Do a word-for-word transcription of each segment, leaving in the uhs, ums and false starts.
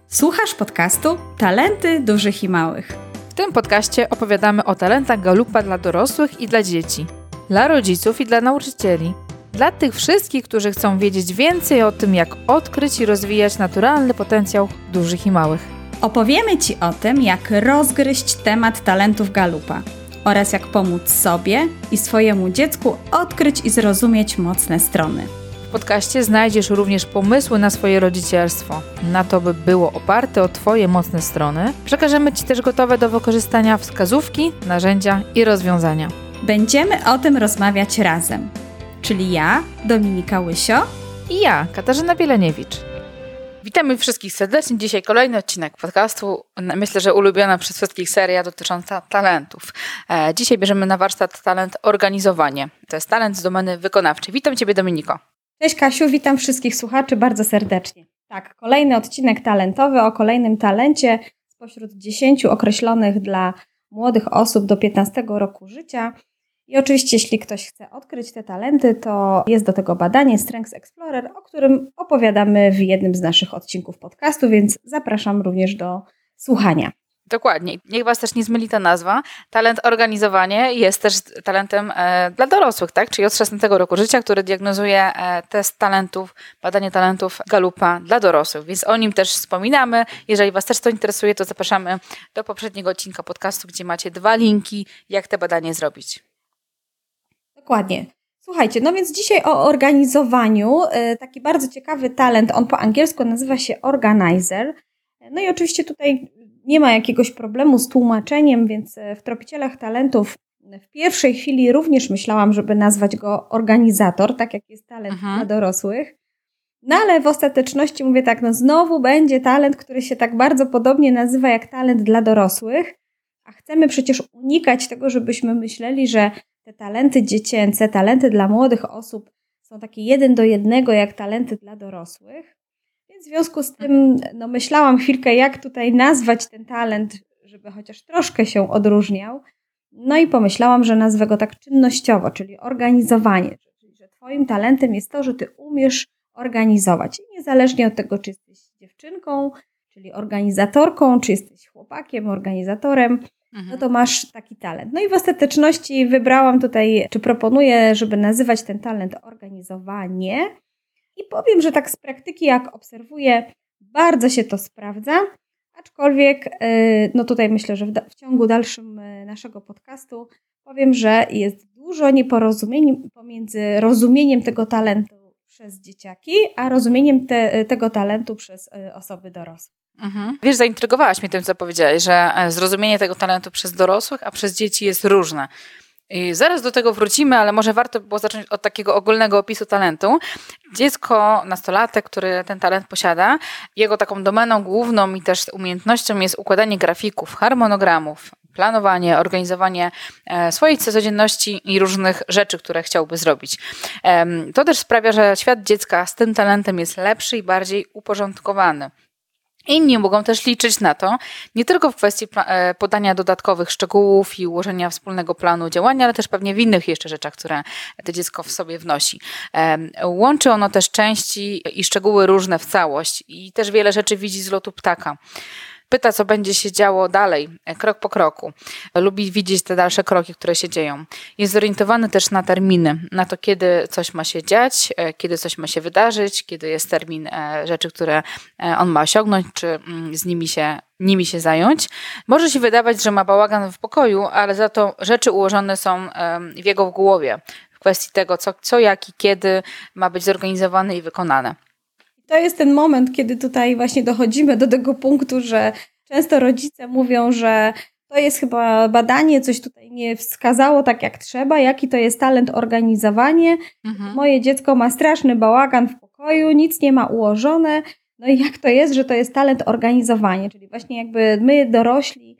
Słuchasz podcastu Talenty Dużych i Małych. W tym podcaście opowiadamy o talentach Galupa dla dorosłych i dla dzieci, dla rodziców i dla nauczycieli, dla tych wszystkich, którzy chcą wiedzieć więcej o tym, jak odkryć i rozwijać naturalny potencjał dużych i małych. Opowiemy Ci o tym, jak rozgryźć temat talentów Galupa oraz jak pomóc sobie i swojemu dziecku odkryć i zrozumieć mocne strony. W podcaście znajdziesz również pomysły na swoje rodzicielstwo, na to, by było oparte o Twoje mocne strony. Przekażemy Ci też gotowe do wykorzystania wskazówki, narzędzia i rozwiązania. Będziemy o tym rozmawiać razem, czyli ja, Dominika Łysio i ja, Katarzyna Bieleniewicz. Witamy wszystkich serdecznie. Dzisiaj kolejny odcinek podcastu. Myślę, że ulubiona przez wszystkich seria dotycząca talentów. Dzisiaj bierzemy na warsztat talent organizowanie. To jest talent z domeny wykonawczej. Witam Ciebie, Dominiko. Cześć Kasiu, witam wszystkich słuchaczy bardzo serdecznie. Tak, kolejny odcinek talentowy o kolejnym talencie spośród dziesięciu określonych dla młodych osób do piętnastego roku życia. I oczywiście, jeśli ktoś chce odkryć te talenty, to jest do tego badanie Strengths Explorer, o którym opowiadamy w jednym z naszych odcinków podcastu, więc zapraszam również do słuchania. Dokładnie. Niech Was też nie zmyli ta nazwa. Talent organizowanie jest też talentem e, dla dorosłych, tak? Czyli od szesnastego roku życia, który diagnozuje e, test talentów, badanie talentów Galupa dla dorosłych. Więc o nim też wspominamy. Jeżeli Was też to interesuje, to zapraszamy do poprzedniego odcinka podcastu, gdzie macie dwa linki, jak te badanie zrobić. Dokładnie. Słuchajcie, no więc dzisiaj o organizowaniu. E, taki bardzo ciekawy talent, on po angielsku nazywa się organizer. No i oczywiście tutaj nie ma jakiegoś problemu z tłumaczeniem, więc w Tropicielach Talentów w pierwszej chwili również myślałam, żeby nazwać go organizator, tak jak jest talent mhm. dla dorosłych. No ale w ostateczności mówię tak, no znowu będzie talent, który się tak bardzo podobnie nazywa jak talent dla dorosłych, a chcemy przecież unikać tego, żebyśmy myśleli, że te talenty dziecięce, talenty dla młodych osób są takie jeden do jednego jak talenty dla dorosłych. W związku z tym no, myślałam chwilkę, jak tutaj nazwać ten talent, żeby chociaż troszkę się odróżniał. No i pomyślałam, że nazwę go tak czynnościowo, czyli organizowanie. Czyli że Twoim talentem jest to, że Ty umiesz organizować. I niezależnie od tego, czy jesteś dziewczynką, czyli organizatorką, czy jesteś chłopakiem, organizatorem, mhm. no to masz taki talent. No i w ostateczności wybrałam tutaj, czy proponuję, żeby nazywać ten talent organizowanie. I powiem, że tak z praktyki, jak obserwuję, bardzo się to sprawdza, aczkolwiek no tutaj myślę, że w, da- w ciągu dalszym naszego podcastu powiem, że jest dużo nieporozumień pomiędzy rozumieniem tego talentu przez dzieciaki, a rozumieniem te, tego talentu przez osoby dorosłe. Mhm. Wiesz, zaintrygowałaś mnie tym, co powiedziałaś, że zrozumienie tego talentu przez dorosłych, a przez dzieci jest różne. I zaraz do tego wrócimy, ale może warto było zacząć od takiego ogólnego opisu talentu. Dziecko, nastolatek, który ten talent posiada, jego taką domeną główną i też umiejętnością jest układanie grafików, harmonogramów, planowanie, organizowanie swojej codzienności i różnych rzeczy, które chciałby zrobić. To też sprawia, że świat dziecka z tym talentem jest lepszy i bardziej uporządkowany. Inni mogą też liczyć na to, nie tylko w kwestii podania dodatkowych szczegółów i ułożenia wspólnego planu działania, ale też pewnie w innych jeszcze rzeczach, które to dziecko w sobie wnosi. Łączy ono też części i szczegóły różne w całość i też wiele rzeczy widzi z lotu ptaka. Pyta, co będzie się działo dalej, krok po kroku. Lubi widzieć te dalsze kroki, które się dzieją. Jest zorientowany też na terminy, na to, kiedy coś ma się dziać, kiedy coś ma się wydarzyć, kiedy jest termin rzeczy, które on ma osiągnąć, czy z nimi się, nimi się zająć. Może się wydawać, że ma bałagan w pokoju, ale za to rzeczy ułożone są w jego głowie w kwestii tego, co, co jak i kiedy ma być zorganizowane i wykonane. To jest ten moment, kiedy tutaj właśnie dochodzimy do tego punktu, że często rodzice mówią, że to jest chyba badanie, coś tutaj nie wskazało tak jak trzeba, jaki to jest talent organizowanie. Mhm. Moje dziecko ma straszny bałagan w pokoju, nic nie ma ułożone. No i jak to jest, że to jest talent organizowanie? Czyli właśnie jakby my dorośli,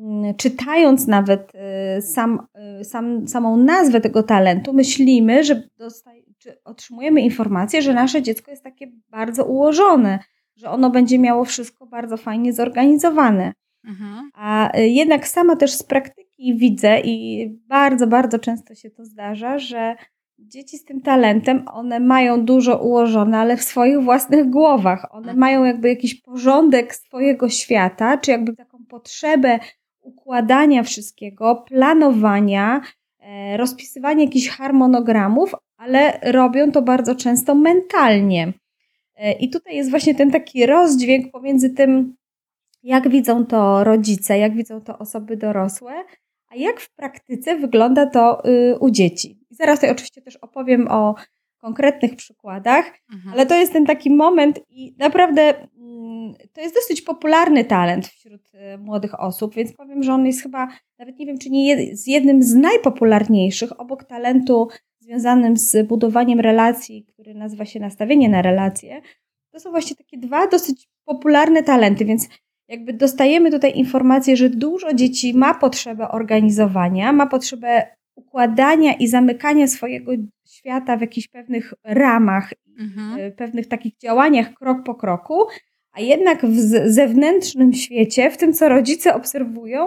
czytając nawet sam, sam, samą nazwę tego talentu, myślimy, że dostajemy, czy otrzymujemy informację, że nasze dziecko jest takie bardzo ułożone, że ono będzie miało wszystko bardzo fajnie zorganizowane. Mhm. A jednak sama też z praktyki widzę i bardzo, bardzo często się to zdarza, że dzieci z tym talentem, one mają dużo ułożone, ale w swoich własnych głowach. One mają jakby jakiś porządek swojego świata, czy jakby taką potrzebę układania wszystkiego, planowania, e, rozpisywania jakichś harmonogramów, ale robią to bardzo często mentalnie. E, I tutaj jest właśnie ten taki rozdźwięk pomiędzy tym, jak widzą to rodzice, jak widzą to osoby dorosłe, a jak w praktyce wygląda to y, u dzieci. I zaraz tutaj oczywiście też opowiem o konkretnych przykładach, mhm. ale to jest ten taki moment i naprawdę y, to jest dosyć popularny talent wśród y, młodych osób, więc powiem, że on jest chyba, nawet nie wiem, czy nie jed, z jednym z najpopularniejszych, obok talentu związanym z budowaniem relacji, który nazywa się nastawienie na relacje. To są właśnie takie dwa dosyć popularne talenty, więc jakby dostajemy tutaj informację, że dużo dzieci ma potrzebę organizowania, ma potrzebę układania i zamykania swojego świata w jakichś pewnych ramach, mhm. pewnych takich działaniach krok po kroku, a jednak w zewnętrznym świecie, w tym co rodzice obserwują,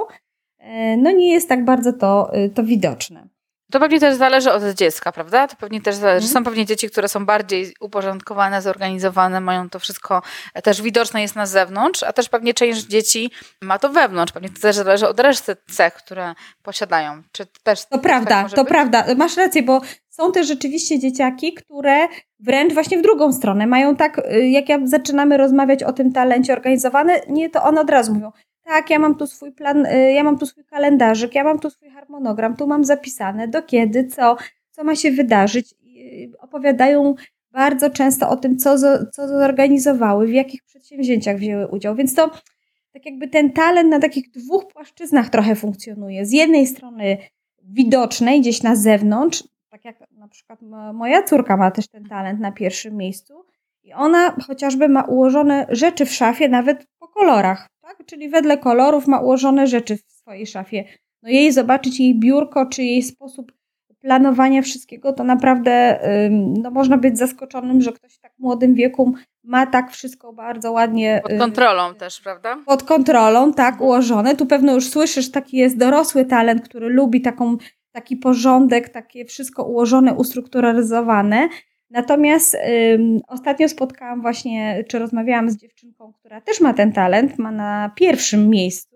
no nie jest tak bardzo to, to widoczne. To pewnie też zależy od dziecka, prawda? To pewnie też zależy. Mm. Są pewnie dzieci, które są bardziej uporządkowane, zorganizowane, mają to wszystko też widoczne jest na zewnątrz, a też pewnie część dzieci ma to wewnątrz. Pewnie to też zależy od reszty cech, które posiadają. Czy też to prawda, tak to być? Prawda. Masz rację, bo są też rzeczywiście dzieciaki, które wręcz właśnie w drugą stronę mają tak, jak ja zaczynamy rozmawiać o tym talencie organizowane, nie, to one od razu mówią, tak, ja mam tu swój plan, ja mam tu swój kalendarzyk, ja mam tu swój harmonogram, tu mam zapisane do kiedy, co, co ma się wydarzyć. I opowiadają bardzo często o tym, co, co zorganizowały, w jakich przedsięwzięciach wzięły udział. Więc to tak jakby ten talent na takich dwóch płaszczyznach trochę funkcjonuje. Z jednej strony widocznej, gdzieś na zewnątrz, tak jak na przykład moja córka ma też ten talent na pierwszym miejscu i ona chociażby ma ułożone rzeczy w szafie nawet po kolorach. Tak? Czyli wedle kolorów ma ułożone rzeczy w swojej szafie. No jej zobaczyć jej biurko, czy jej sposób planowania wszystkiego, to naprawdę no, można być zaskoczonym, że ktoś w tak młodym wieku ma tak wszystko bardzo ładnie... Pod kontrolą y, też, prawda? Pod kontrolą, tak, ułożone. Tu pewno już słyszysz, taki jest dorosły talent, który lubi taką, taki porządek, takie wszystko ułożone, ustrukturyzowane. Natomiast ym, ostatnio spotkałam właśnie, czy rozmawiałam z dziewczynką, która też ma ten talent, ma na pierwszym miejscu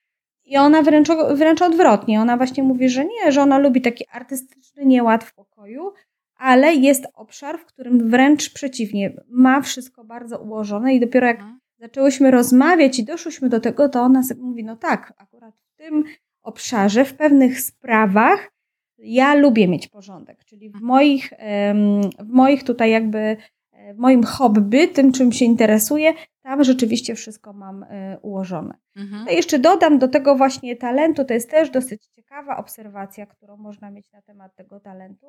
i ona wręcz, wręcz odwrotnie. Ona właśnie mówi, że nie, że ona lubi taki artystyczny nieład w pokoju, ale jest obszar, w którym wręcz przeciwnie, ma wszystko bardzo ułożone i dopiero jak hmm. zaczęłyśmy rozmawiać i doszłyśmy do tego, to ona sobie mówi, no tak, akurat w tym obszarze, w pewnych sprawach ja lubię mieć porządek, czyli w moich, w moich tutaj jakby, w moim hobby, tym czym się interesuję, tam rzeczywiście wszystko mam ułożone. Mhm. No jeszcze dodam do tego właśnie talentu, to jest też dosyć ciekawa obserwacja, którą można mieć na temat tego talentu,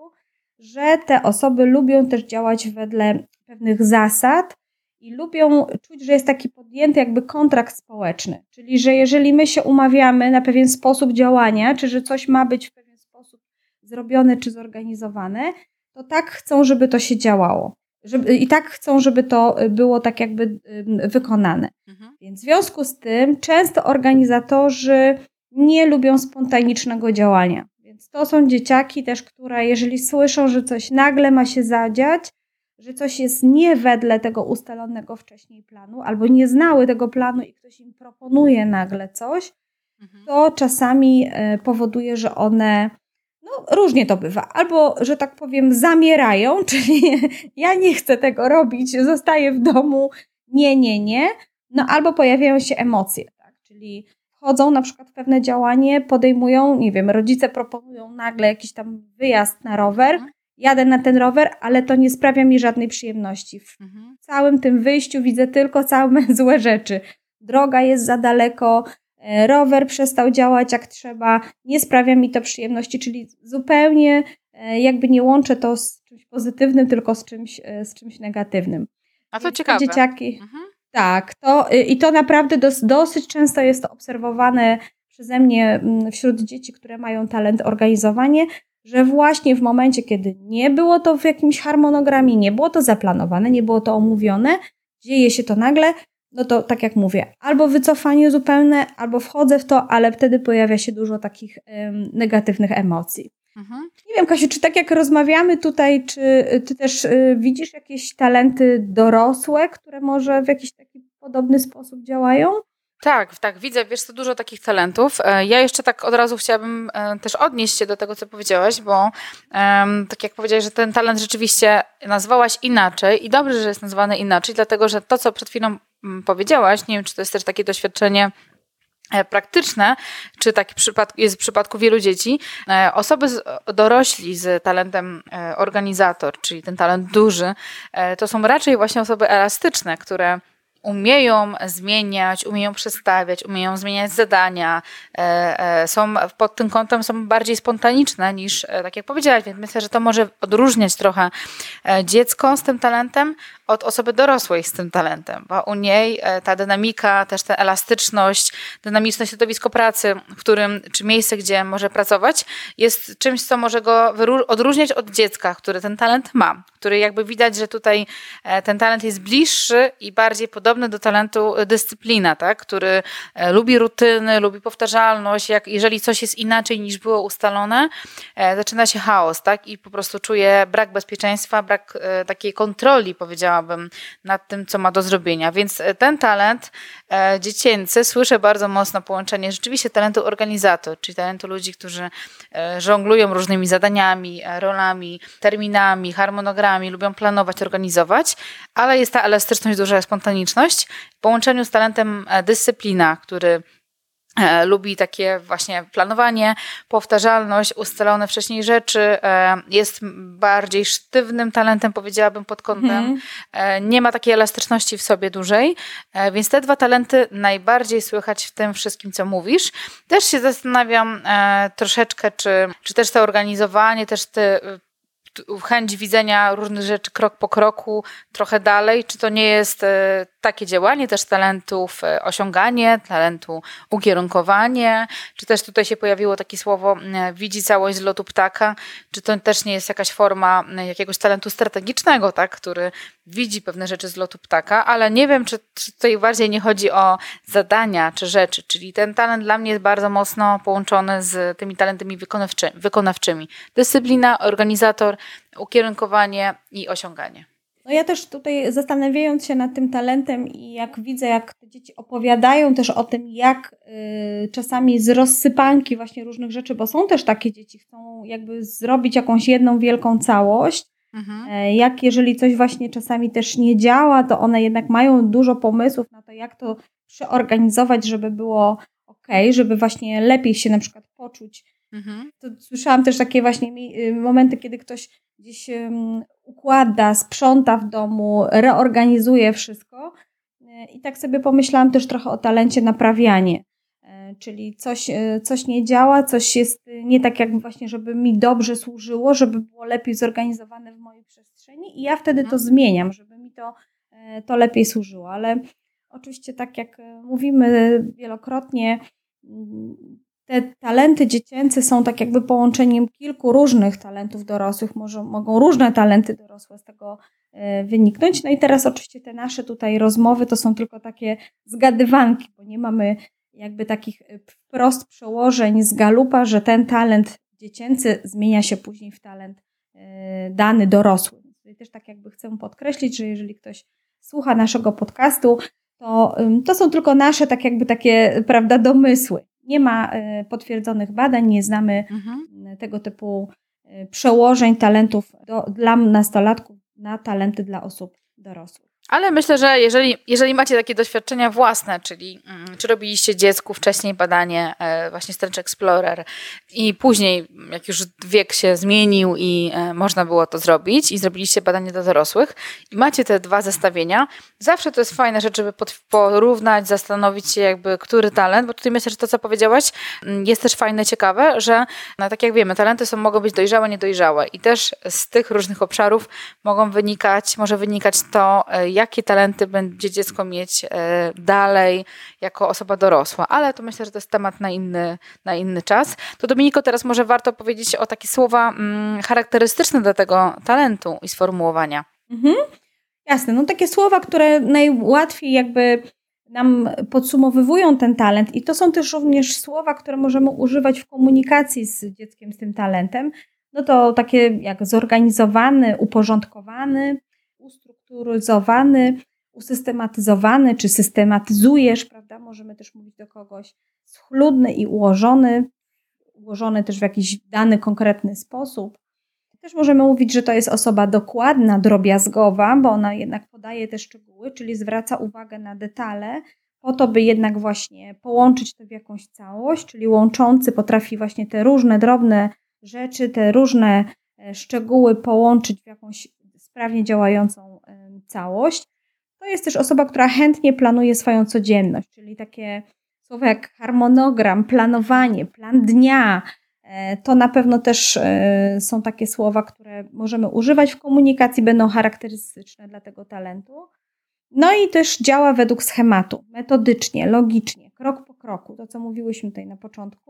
że te osoby lubią też działać wedle pewnych zasad i lubią czuć, że jest taki podjęty jakby kontrakt społeczny, czyli że jeżeli my się umawiamy na pewien sposób działania, czy że coś ma być w pewien sposób zrobione czy zorganizowane, to tak chcą, żeby to się działało. Żeby, I tak chcą, żeby to było tak jakby wykonane. Mhm. Więc w związku z tym często organizatorzy nie lubią spontanicznego działania. Więc to są dzieciaki też, które jeżeli słyszą, że coś nagle ma się zadziać, że coś jest nie wedle tego ustalonego wcześniej planu, albo nie znały tego planu i ktoś im proponuje nagle coś, mhm. to czasami powoduje, że one no różnie to bywa. Albo, że tak powiem, zamierają, czyli ja nie chcę tego robić, zostaję w domu, nie, nie, nie. No albo pojawiają się emocje, tak? Czyli wchodzą na przykład w pewne działanie, podejmują, nie wiem, rodzice proponują nagle jakiś tam wyjazd na rower, jadę na ten rower, ale to nie sprawia mi żadnej przyjemności. W mhm. całym tym wyjściu widzę tylko same złe rzeczy. Droga jest za daleko, rower przestał działać jak trzeba, nie sprawia mi to przyjemności, czyli zupełnie jakby nie łączę to z czymś pozytywnym, tylko z czymś, z czymś negatywnym. A to ciekawe. Dzieciaki, mhm. Tak, to, i to naprawdę dos, dosyć często jest to obserwowane przeze mnie wśród dzieci, które mają talent organizowania, że właśnie w momencie, kiedy nie było to w jakimś harmonogramie, nie było to zaplanowane, nie było to omówione, dzieje się to nagle, no to tak jak mówię, albo wycofanie zupełne, albo wchodzę w to, ale wtedy pojawia się dużo takich um, negatywnych emocji. Mhm. Nie wiem, Kasiu, czy tak jak rozmawiamy tutaj, czy ty też y, widzisz jakieś talenty dorosłe, które może w jakiś taki podobny sposób działają? Tak, tak, widzę, wiesz co, dużo takich talentów. Ja jeszcze tak od razu chciałabym też odnieść się do tego, co powiedziałaś, bo um, tak jak powiedziałaś, że ten talent rzeczywiście nazwałaś inaczej i dobrze, że jest nazwany inaczej, dlatego że to, co przed chwilą powiedziałaś, nie wiem, czy to jest też takie doświadczenie praktyczne, czy taki przypadek jest w przypadku wielu dzieci, osoby z, dorośli z talentem organizator, czyli ten talent duży, to są raczej właśnie osoby elastyczne, które umieją zmieniać, umieją przestawiać, umieją zmieniać zadania, są pod tym kątem są bardziej spontaniczne niż, tak jak powiedziałaś, więc myślę, że to może odróżniać trochę dziecko z tym talentem od osoby dorosłej z tym talentem, bo u niej ta dynamika, też ta elastyczność, dynamiczne środowisko pracy, w którym, czy miejsce, gdzie może pracować, jest czymś, co może go odróżniać od dziecka, który ten talent ma, który jakby widać, że tutaj ten talent jest bliższy i bardziej podobny do talentu dyscyplina, tak? Który lubi rutyny, lubi powtarzalność. Jak, jeżeli coś jest inaczej niż było ustalone, zaczyna się chaos, tak? I po prostu czuje brak bezpieczeństwa, brak takiej kontroli, powiedziałabym, nad tym, co ma do zrobienia. Więc ten talent dziecięcy, słyszę bardzo mocno połączenie rzeczywiście talentu organizator, czyli talentu ludzi, którzy żonglują różnymi zadaniami, rolami, terminami, harmonogramami, lubią planować, organizować, ale jest ta elastyczność, duża spontaniczność w połączeniu z talentem dyscyplina, który lubi takie właśnie planowanie, powtarzalność, ustalone wcześniej rzeczy, jest bardziej sztywnym talentem, powiedziałabym, pod kątem. Mhm. Nie ma takiej elastyczności w sobie dużej, więc te dwa talenty najbardziej słychać w tym wszystkim, co mówisz. Też się zastanawiam troszeczkę, czy, czy też to organizowanie, też te chęć widzenia różnych rzeczy krok po kroku, trochę dalej, czy to nie jest takie działanie też talentów osiąganie, talentu ukierunkowanie, czy też tutaj się pojawiło takie słowo widzi całość z lotu ptaka, czy to też nie jest jakaś forma jakiegoś talentu strategicznego, tak, który widzi pewne rzeczy z lotu ptaka, ale nie wiem, czy, czy tutaj bardziej nie chodzi o zadania czy rzeczy, czyli ten talent dla mnie jest bardzo mocno połączony z tymi talentami wykonawczy, wykonawczymi. Dyscyplina, organizator, ukierunkowanie i osiąganie. No ja też tutaj zastanawiając się nad tym talentem i jak widzę, jak te dzieci opowiadają też o tym, jak y, czasami z rozsypanki właśnie różnych rzeczy, bo są też takie dzieci, chcą jakby zrobić jakąś jedną wielką całość, mhm. y, jak jeżeli coś właśnie czasami też nie działa, to one jednak mają dużo pomysłów na to, jak to przeorganizować, żeby było okej, żeby właśnie lepiej się na przykład poczuć. Mhm. To słyszałam też takie właśnie momenty, kiedy ktoś gdzieś um, układa, sprząta w domu, reorganizuje wszystko i tak sobie pomyślałam też trochę o talencie naprawianie, czyli coś, coś nie działa, coś jest nie tak jak właśnie, żeby mi dobrze służyło, żeby było lepiej zorganizowane w mojej przestrzeni i ja wtedy to zmieniam, żeby mi to, to lepiej służyło, ale oczywiście tak jak mówimy wielokrotnie, te talenty dziecięce są tak jakby połączeniem kilku różnych talentów dorosłych, może, mogą różne talenty dorosłe z tego y, wyniknąć. No i teraz oczywiście te nasze tutaj rozmowy to są tylko takie zgadywanki, bo nie mamy jakby takich wprost przełożeń z galupa, że ten talent dziecięcy zmienia się później w talent y, dany dorosły. Tutaj też tak jakby chcę podkreślić, że jeżeli ktoś słucha naszego podcastu, to, y, to są tylko nasze tak jakby takie, prawda, domysły. Nie ma potwierdzonych badań, nie znamy mhm. tego typu przełożeń talentów do, dla nastolatków na talenty dla osób dorosłych. Ale myślę, że jeżeli, jeżeli macie takie doświadczenia własne, czyli mm, czy robiliście dziecku wcześniej badanie e, właśnie Stretch Explorer i później, jak już wiek się zmienił i e, można było to zrobić i zrobiliście badanie dla dorosłych i macie te dwa zestawienia, zawsze to jest fajna rzecz, żeby pod, porównać, zastanowić się jakby, który talent, bo tutaj myślę, że to, co powiedziałaś, jest też fajne, ciekawe, że no, tak jak wiemy, talenty są, mogą być dojrzałe, niedojrzałe i też z tych różnych obszarów mogą wynikać, może wynikać to, jakie talenty będzie dziecko mieć dalej jako osoba dorosła. Ale to myślę, że to jest temat na inny, na inny czas. To Dominiko, teraz może warto powiedzieć o takie słowa mm, charakterystyczne dla tego talentu i sformułowania. Mhm. Jasne, no takie słowa, które najłatwiej jakby nam podsumowywują ten talent i to są też również słowa, które możemy używać w komunikacji z dzieckiem z tym talentem, no to takie jak zorganizowany, uporządkowany, ustrukturyzowany, usystematyzowany, czy systematyzujesz, prawda? Możemy też mówić do kogoś schludny i ułożony, ułożony też w jakiś dany, konkretny sposób. Też możemy mówić, że to jest osoba dokładna, drobiazgowa, bo ona jednak podaje te szczegóły, czyli zwraca uwagę na detale, po to, by jednak właśnie połączyć to w jakąś całość, czyli łączący potrafi właśnie te różne drobne rzeczy, te różne szczegóły połączyć w jakąś sprawnie działającą całość. To jest też osoba, która chętnie planuje swoją codzienność, czyli takie słowa jak harmonogram, planowanie, plan dnia. To na pewno też są takie słowa, które możemy używać w komunikacji, będą charakterystyczne dla tego talentu. No i też działa według schematu, metodycznie, logicznie, krok po kroku, to co mówiłyśmy tutaj na początku.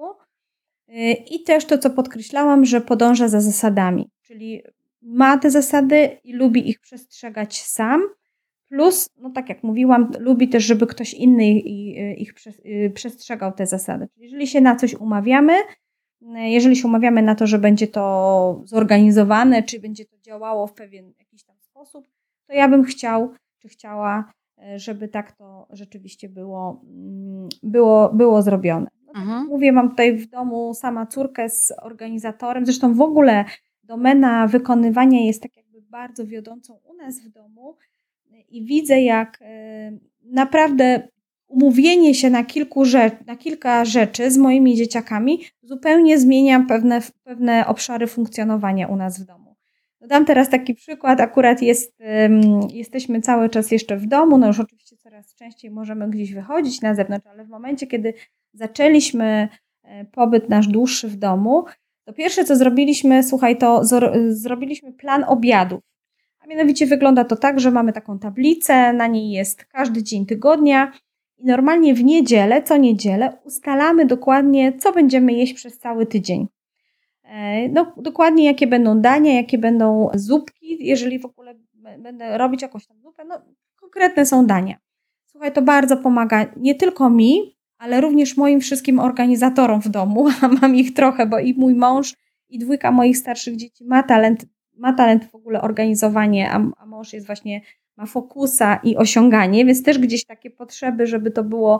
I też to, co podkreślałam, że podąża za zasadami, czyli ma te zasady i lubi ich przestrzegać sam, plus, no tak jak mówiłam, lubi też, żeby ktoś inny ich przestrzegał te zasady. Czyli jeżeli się na coś umawiamy, jeżeli się umawiamy na to, że będzie to zorganizowane, czy będzie to działało w pewien jakiś tam sposób, to ja bym chciał, czy chciała, żeby tak to rzeczywiście było, było, było zrobione. No tak Mhm. jak mówię, mam tutaj w domu sama córkę z organizatorem, zresztą w ogóle domena wykonywania jest tak jakby bardzo wiodącą u nas w domu i widzę, jak naprawdę umówienie się na, kilku rzecz, na kilka rzeczy z moimi dzieciakami zupełnie zmienia pewne, pewne obszary funkcjonowania u nas w domu. Dam teraz taki przykład, akurat jest, jesteśmy cały czas jeszcze w domu, no już oczywiście coraz częściej możemy gdzieś wychodzić na zewnątrz, ale w momencie, kiedy zaczęliśmy pobyt nasz dłuższy w domu, to pierwsze co zrobiliśmy, słuchaj, to zro- zrobiliśmy plan obiadów. A mianowicie wygląda to tak, że mamy taką tablicę, na niej jest każdy dzień tygodnia i normalnie w niedzielę, co niedzielę ustalamy dokładnie, co będziemy jeść przez cały tydzień. No, dokładnie jakie będą dania, jakie będą zupki, jeżeli w ogóle będę robić jakąś tam zupę, no konkretne są dania. Słuchaj, to bardzo pomaga nie tylko mi, ale również moim wszystkim organizatorom w domu, a mam ich trochę, bo i mój mąż, i dwójka moich starszych dzieci ma talent, ma talent w ogóle organizowanie, a, a mąż jest właśnie, ma fokusa i osiąganie, więc też gdzieś takie potrzeby, żeby to było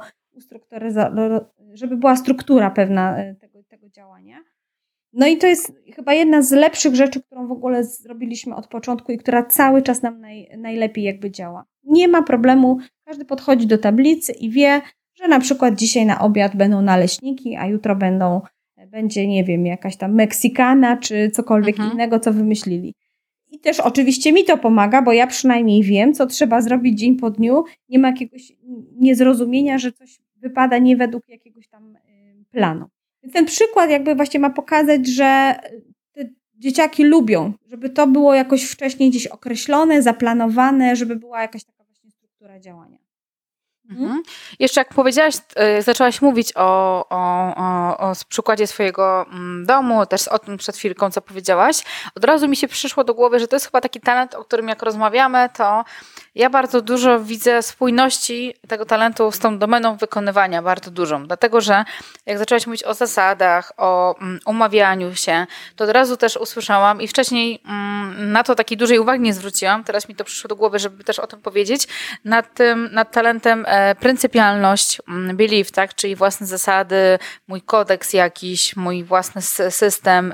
żeby była struktura pewna tego, tego działania. No i to jest chyba jedna z lepszych rzeczy, którą w ogóle zrobiliśmy od początku i która cały czas nam naj, najlepiej jakby działa. Nie ma problemu, każdy podchodzi do tablicy i wie, że na przykład dzisiaj na obiad będą naleśniki, a jutro będą, będzie, nie wiem, jakaś tam Meksykana czy cokolwiek mhm. innego, co wymyślili. I też oczywiście mi to pomaga, bo ja przynajmniej wiem, co trzeba zrobić dzień po dniu. Nie ma jakiegoś niezrozumienia, że coś wypada nie według jakiegoś tam planu. Więc ten przykład jakby właśnie ma pokazać, że te dzieciaki lubią, żeby to było jakoś wcześniej gdzieś określone, zaplanowane, żeby była jakaś taka właśnie struktura działania. Mhm. Jeszcze jak powiedziałaś, zaczęłaś mówić o, o, o, o przykładzie swojego domu, też o tym przed chwilką, co powiedziałaś, od razu mi się przyszło do głowy, że to jest chyba taki talent, o którym jak rozmawiamy, to ja bardzo dużo widzę spójności tego talentu z tą domeną wykonywania, bardzo dużą. Dlatego, że jak zaczęłaś mówić o zasadach, o umawianiu się, to od razu też usłyszałam i wcześniej na to takiej dużej uwagi nie zwróciłam, teraz mi to przyszło do głowy, żeby też o tym powiedzieć, nad tym, nad talentem pryncypialność, belief, tak, czyli własne zasady, mój kodeks jakiś, mój własny system,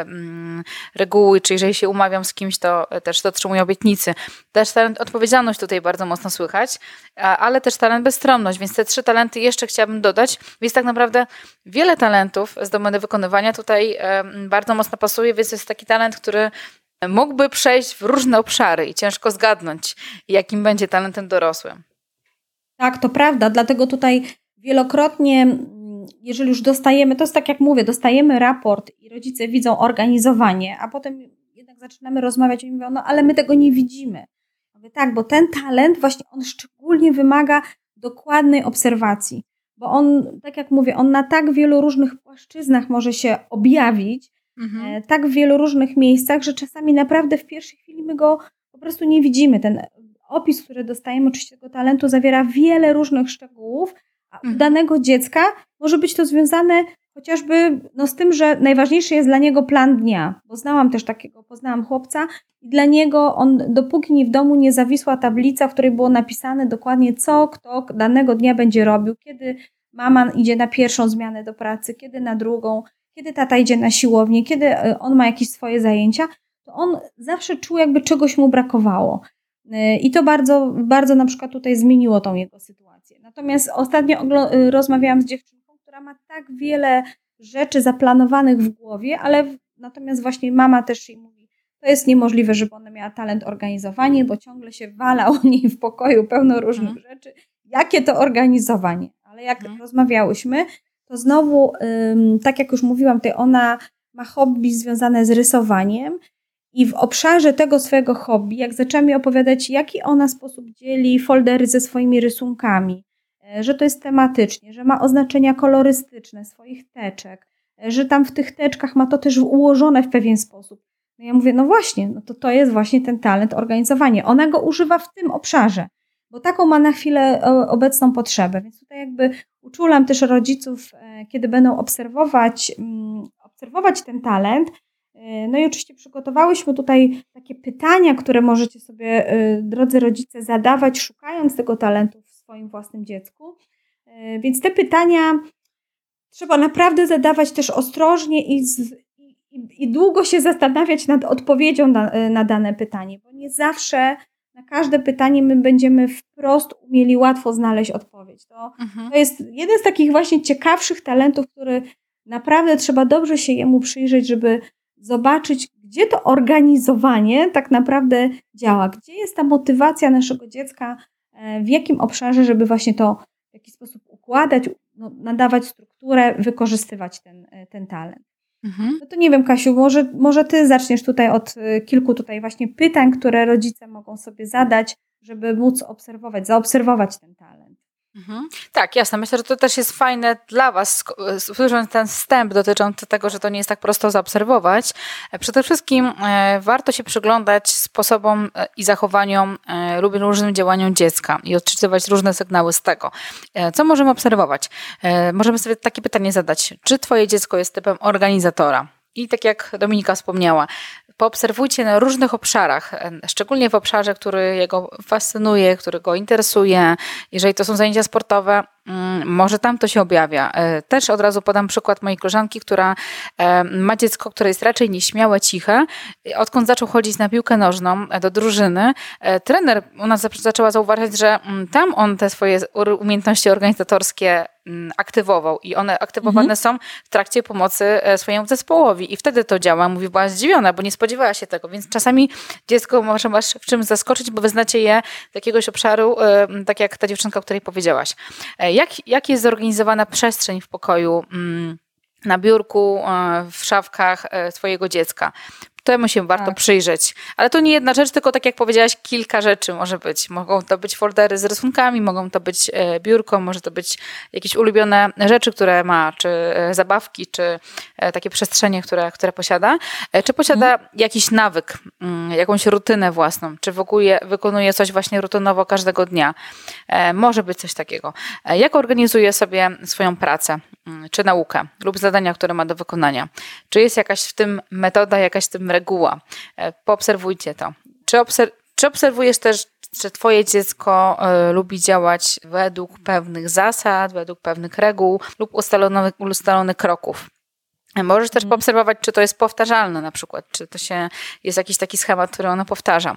reguły, czy jeżeli się umawiam z kimś, to też dotrzymuję obietnicy. Też talent odpowiedzialność tutaj bardzo mocno słychać, ale też talent bezstronność, więc te trzy talenty jeszcze chciałabym dodać, więc tak naprawdę wiele talentów z domeny wykonywania tutaj bardzo mocno pasuje, więc to jest taki talent, który mógłby przejść w różne obszary i ciężko zgadnąć, jakim będzie talentem dorosłym. Tak, to prawda, dlatego tutaj wielokrotnie, jeżeli już dostajemy, to jest tak jak mówię, dostajemy raport i rodzice widzą organizowanie, a potem jednak zaczynamy rozmawiać i mówią, no ale my tego nie widzimy. Mówię, tak, bo ten talent właśnie on szczególnie wymaga dokładnej obserwacji, bo on, tak jak mówię, on na tak wielu różnych płaszczyznach może się objawić, mhm. tak w wielu różnych miejscach, że czasami naprawdę w pierwszej chwili my go po prostu nie widzimy. Ten opis, który dostajemy oczywiście tego talentu, zawiera wiele różnych szczegółów, a u danego dziecka może być to związane chociażby no, z tym, że najważniejszy jest dla niego plan dnia, bo znałam też takiego, poznałam chłopca i dla niego on, dopóki nie w domu nie zawisła tablica, w której było napisane dokładnie co, kto danego dnia będzie robił, kiedy mama idzie na pierwszą zmianę do pracy, kiedy na drugą, kiedy tata idzie na siłownię, kiedy on ma jakieś swoje zajęcia, to on zawsze czuł, jakby czegoś mu brakowało. I to bardzo, bardzo na przykład tutaj zmieniło tą jego sytuację. Natomiast ostatnio oglo- rozmawiałam z dziewczynką, która ma tak wiele rzeczy zaplanowanych w głowie, ale w, natomiast właśnie mama też jej mówi, to jest niemożliwe, żeby ona miała talent organizowania, bo ciągle się wala u niej w pokoju pełno różnych mhm. rzeczy. Jakie to organizowanie? Ale jak mhm. rozmawiałyśmy, to znowu, ym, tak jak już mówiłam, tutaj ona ma hobby związane z rysowaniem i w obszarze tego swojego hobby, jak zaczęła mi opowiadać, jaki ona sposób dzieli foldery ze swoimi rysunkami, że to jest tematycznie, że ma oznaczenia kolorystyczne swoich teczek, że tam w tych teczkach ma to też ułożone w pewien sposób. No ja mówię, no właśnie, no to to jest właśnie ten talent organizowania. Ona go używa w tym obszarze, bo taką ma na chwilę obecną potrzebę. Więc tutaj jakby uczulam też rodziców, kiedy będą obserwować, obserwować ten talent. No i oczywiście przygotowałyśmy tutaj takie pytania, które możecie sobie, drodzy rodzice, zadawać, szukając tego talentu w swoim własnym dziecku. Więc te pytania trzeba naprawdę zadawać też ostrożnie i, z, i, i długo się zastanawiać nad odpowiedzią na, na dane pytanie, bo nie zawsze na każde pytanie my będziemy wprost umieli łatwo znaleźć odpowiedź. To, mhm. to jest jeden z takich właśnie ciekawszych talentów, który naprawdę trzeba dobrze się jemu przyjrzeć, żeby zobaczyć, gdzie to organizowanie tak naprawdę działa, gdzie jest ta motywacja naszego dziecka, w jakim obszarze, żeby właśnie to w jakiś sposób układać, no, nadawać strukturę, wykorzystywać ten, ten talent. Mhm. No to nie wiem, Kasiu, może, może ty zaczniesz tutaj od kilku tutaj właśnie pytań, które rodzice mogą sobie zadać, żeby móc obserwować, zaobserwować ten talent. Mhm. Tak, jasne. Myślę, że to też jest fajne dla was, słysząc ten wstęp dotyczący tego, że to nie jest tak prosto zaobserwować. Przede wszystkim e, warto się przyglądać sposobom i zachowaniom e, lub różnym działaniom dziecka i odczytywać różne sygnały z tego. E, co możemy obserwować? E, możemy sobie takie pytanie zadać. Czy twoje dziecko jest typem organizatora? I tak jak Dominika wspomniała, poobserwujcie na różnych obszarach, szczególnie w obszarze, który jego fascynuje, który go interesuje. Jeżeli to są zajęcia sportowe, może tam to się objawia. Też od razu podam przykład mojej koleżanki, która ma dziecko, które jest raczej nieśmiałe, ciche. Odkąd zaczął chodzić na piłkę nożną do drużyny, trener u nas zaczęła zauważyć, że tam on te swoje umiejętności organizatorskie aktywował i one aktywowane mhm. są w trakcie pomocy swojemu zespołowi i wtedy to działa. Mówi, była zdziwiona, bo nie spodziewała się tego, więc czasami dziecko może masz w czymś zaskoczyć, bo wyznacie je z jakiegoś obszaru, tak jak ta dziewczynka, o której powiedziałaś. Jak, jak jest zorganizowana przestrzeń w pokoju, na biurku, w szafkach twojego dziecka? Temu się warto tak. przyjrzeć. Ale to nie jedna rzecz, tylko tak jak powiedziałaś, kilka rzeczy może być. Mogą to być foldery z rysunkami, mogą to być biurko, może to być jakieś ulubione rzeczy, które ma, czy zabawki, czy takie przestrzenie, które, które posiada. Czy posiada hmm. jakiś nawyk, jakąś rutynę własną, czy w ogóle wykonuje coś właśnie rutynowo każdego dnia. Może być coś takiego. Jak organizuje sobie swoją pracę, czy naukę, lub zadania, które ma do wykonania. Czy jest jakaś w tym metoda, jakaś w tym reguła. Poobserwujcie to. Czy, obser- czy obserwujesz też, że twoje dziecko y, lubi działać według pewnych zasad, według pewnych reguł lub ustalonych, ustalonych kroków? Możesz też poobserwować, czy to jest powtarzalne na przykład, czy to się jest jakiś taki schemat, który ono powtarza.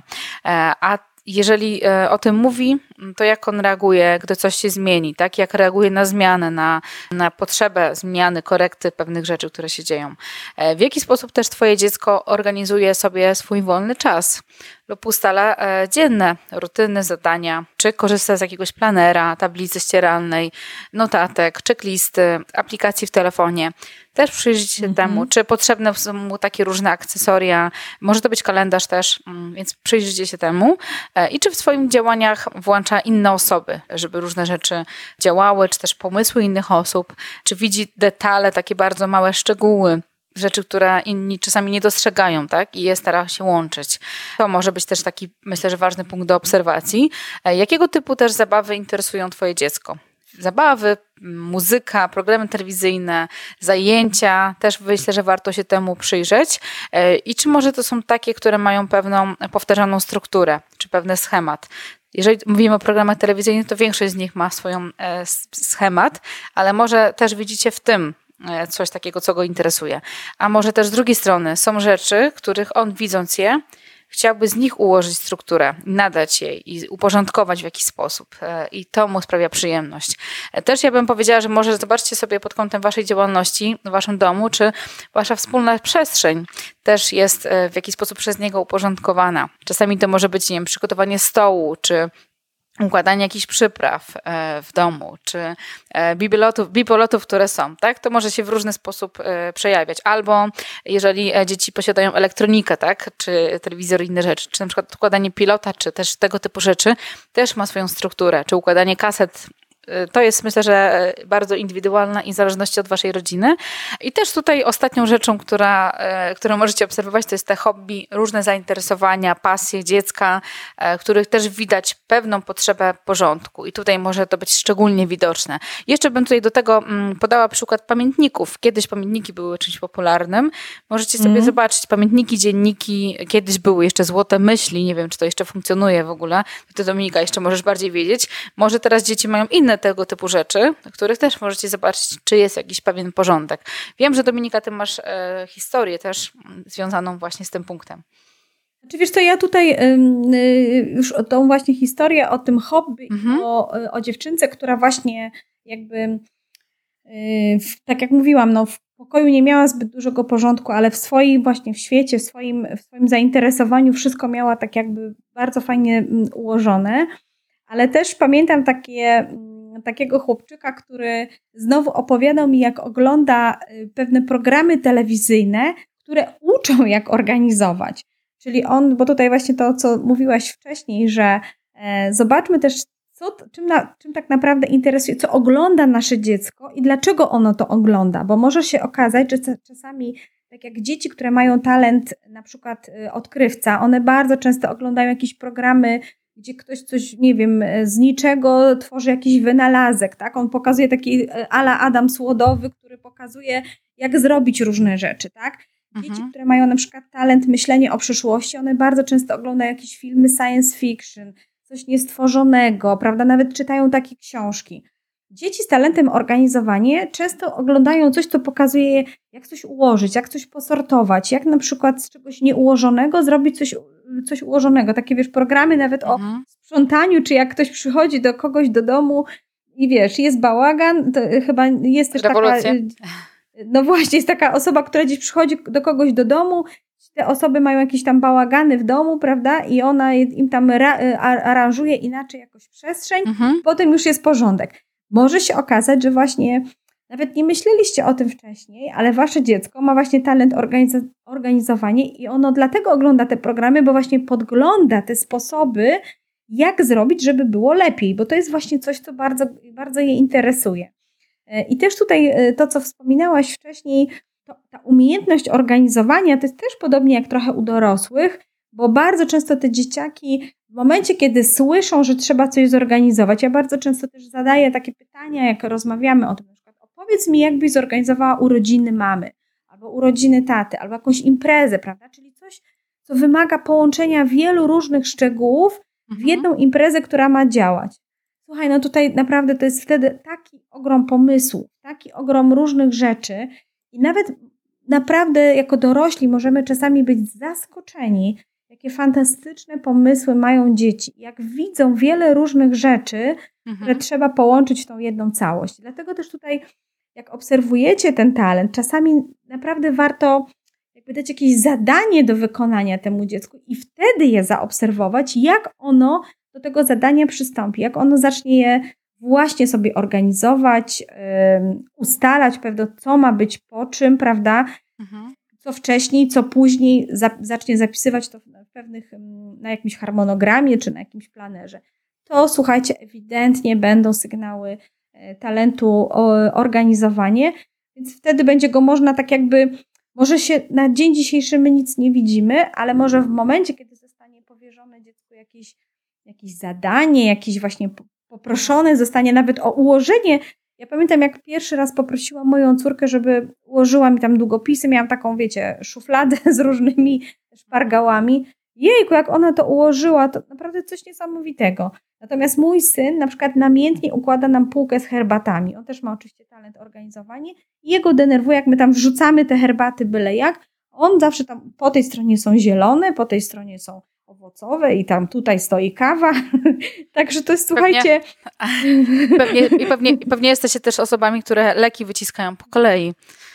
A jeżeli o tym mówi, to jak on reaguje, gdy coś się zmieni, tak? Jak reaguje na zmianę, na, na potrzebę zmiany, korekty pewnych rzeczy, które się dzieją. W jaki sposób też twoje dziecko organizuje sobie swój wolny czas lub ustala dzienne rutyny, zadania, czy korzysta z jakiegoś planera, tablicy ścieralnej, notatek, checklisty, aplikacji w telefonie. Też przyjrzeć się mm-hmm. temu, czy potrzebne są mu takie różne akcesoria. Może to być kalendarz też, więc przyjrzyjcie się temu. I czy w swoich działaniach włącza inne osoby, żeby różne rzeczy działały, czy też pomysły innych osób, czy widzi detale, takie bardzo małe szczegóły, rzeczy, które inni czasami nie dostrzegają, tak? I je stara się łączyć. To może być też taki, myślę, że ważny punkt do obserwacji. Jakiego typu też zabawy interesują twoje dziecko? Zabawy, muzyka, programy telewizyjne, zajęcia, też myślę, że warto się temu przyjrzeć. I czy może to są takie, które mają pewną powtarzaną strukturę, czy pewny schemat? Jeżeli mówimy o programach telewizyjnych, to większość z nich ma swoją schemat, ale może też widzicie w tym coś takiego, co go interesuje. A może też z drugiej strony są rzeczy, których on widząc je, chciałby z nich ułożyć strukturę, nadać jej i uporządkować w jakiś sposób. I to mu sprawia przyjemność. Też ja bym powiedziała, że może zobaczcie sobie pod kątem waszej działalności w waszym domu, czy wasza wspólna przestrzeń też jest w jakiś sposób przez niego uporządkowana. Czasami to może być, nie wiem, przygotowanie stołu, czy układanie jakichś przypraw w domu, czy bibelotów, bibelotów, które są, tak? To może się w różny sposób przejawiać. Albo jeżeli dzieci posiadają elektronikę, tak? Czy telewizor i inne rzeczy, czy na przykład układanie pilota, czy też tego typu rzeczy, też ma swoją strukturę, czy układanie kaset. To jest, myślę, że bardzo indywidualna i w zależności od waszej rodziny. I też tutaj ostatnią rzeczą, która, którą możecie obserwować, to jest te hobby, różne zainteresowania, pasje dziecka, których też widać pewną potrzebę porządku. I tutaj może to być szczególnie widoczne. Jeszcze bym tutaj do tego podała przykład pamiętników. Kiedyś pamiętniki były czymś popularnym. Możecie sobie mm. zobaczyć pamiętniki, dzienniki. Kiedyś były jeszcze złote myśli. Nie wiem, czy to jeszcze funkcjonuje w ogóle. Ty, Dominika, jeszcze możesz bardziej wiedzieć. Może teraz dzieci mają inne tego typu rzeczy, których też możecie zobaczyć, czy jest jakiś pewien porządek. Wiem, że Dominika, ty masz e, historię też związaną właśnie z tym punktem. Znaczy wiesz co, ja tutaj y, już o tą właśnie historię, o tym hobby, mhm. o, o dziewczynce, która właśnie jakby, y, w, tak jak mówiłam, no w pokoju nie miała zbyt dużego porządku, ale w swoim właśnie w świecie, w swoim, w swoim zainteresowaniu wszystko miała tak jakby bardzo fajnie ułożone. Ale też pamiętam takie, takiego chłopczyka, który znowu opowiadał mi, jak ogląda pewne programy telewizyjne, które uczą, jak organizować. Czyli on, bo tutaj właśnie to, co mówiłaś wcześniej, że e, zobaczmy też, co, czym, na, czym tak naprawdę interesuje, co ogląda nasze dziecko i dlaczego ono to ogląda. Bo może się okazać, że czasami, tak jak dzieci, które mają talent, na przykład odkrywca, one bardzo często oglądają jakieś programy, gdzie ktoś coś, nie wiem, z niczego tworzy jakiś wynalazek, tak? On pokazuje taki a la Adam Słodowy, który pokazuje, jak zrobić różne rzeczy, tak? Dzieci, mhm. które mają na przykład talent myślenia o przyszłości, one bardzo często oglądają jakieś filmy science fiction, coś niestworzonego, prawda? Nawet czytają takie książki. Dzieci z talentem organizowania często oglądają coś, co pokazuje, jak coś ułożyć, jak coś posortować, jak na przykład z czegoś nieułożonego zrobić coś, coś ułożonego. Takie, wiesz, programy nawet mhm. o sprzątaniu, czy jak ktoś przychodzi do kogoś do domu i wiesz, jest bałagan, to chyba jest też Rewolucja. taka... No właśnie, jest taka osoba, która gdzieś przychodzi do kogoś do domu, te osoby mają jakieś tam bałagany w domu, prawda, i ona im tam ra- aranżuje inaczej jakoś przestrzeń, mhm. potem już jest porządek. Może się okazać, że właśnie nawet nie myśleliście o tym wcześniej, ale wasze dziecko ma właśnie talent organiz- organizowania i ono dlatego ogląda te programy, bo właśnie podgląda te sposoby, jak zrobić, żeby było lepiej, bo to jest właśnie coś, co bardzo, bardzo je interesuje. I też tutaj to, co wspominałaś wcześniej, to ta umiejętność organizowania to jest też podobnie jak trochę u dorosłych, bo bardzo często te dzieciaki w momencie, kiedy słyszą, że trzeba coś zorganizować, ja bardzo często też zadaję takie pytania, jak rozmawiamy o tym, na przykład opowiedz mi, jakbyś zorganizowała urodziny mamy, albo urodziny taty, albo jakąś imprezę, prawda, czyli coś, co wymaga połączenia wielu różnych szczegółów w jedną imprezę, która ma działać. Słuchaj, no tutaj naprawdę to jest wtedy taki ogrom pomysłów, taki ogrom różnych rzeczy i nawet naprawdę jako dorośli możemy czasami być zaskoczeni, jakie fantastyczne pomysły mają dzieci. Jak widzą wiele różnych rzeczy, mhm. które trzeba połączyć w tą jedną całość. Dlatego też tutaj, jak obserwujecie ten talent, czasami naprawdę warto jakby dać jakieś zadanie do wykonania temu dziecku i wtedy je zaobserwować, jak ono do tego zadania przystąpi, jak ono zacznie je właśnie sobie organizować, yy, ustalać pewno, co ma być po czym, prawda, mhm. co wcześniej, co później, za, zacznie zapisywać to w pewnych, na jakimś harmonogramie czy na jakimś planerze. To, słuchajcie, ewidentnie będą sygnały talentu o organizowanie, więc wtedy będzie go można tak jakby Może się na dzień dzisiejszy my nic nie widzimy, ale może w momencie, kiedy zostanie powierzone dziecku jakieś, jakieś zadanie, jakieś właśnie poproszone zostanie nawet o ułożenie. Ja pamiętam, jak pierwszy raz poprosiłam moją córkę, żeby ułożyła mi tam długopisy. Miałam taką, wiecie, szufladę z różnymi szpargałami. Jejku, jak ona to ułożyła, to naprawdę coś niesamowitego. Natomiast mój syn na przykład namiętnie układa nam półkę z herbatami. On też ma oczywiście talent organizowania i jego denerwuje, jak my tam wrzucamy te herbaty byle jak. On zawsze tam, po tej stronie są zielone, po tej stronie są owocowe i tam tutaj stoi kawa. Także to jest, słuchajcie... Pewnie, i pewnie, i pewnie jesteście też osobami, które leki wyciskają po kolei.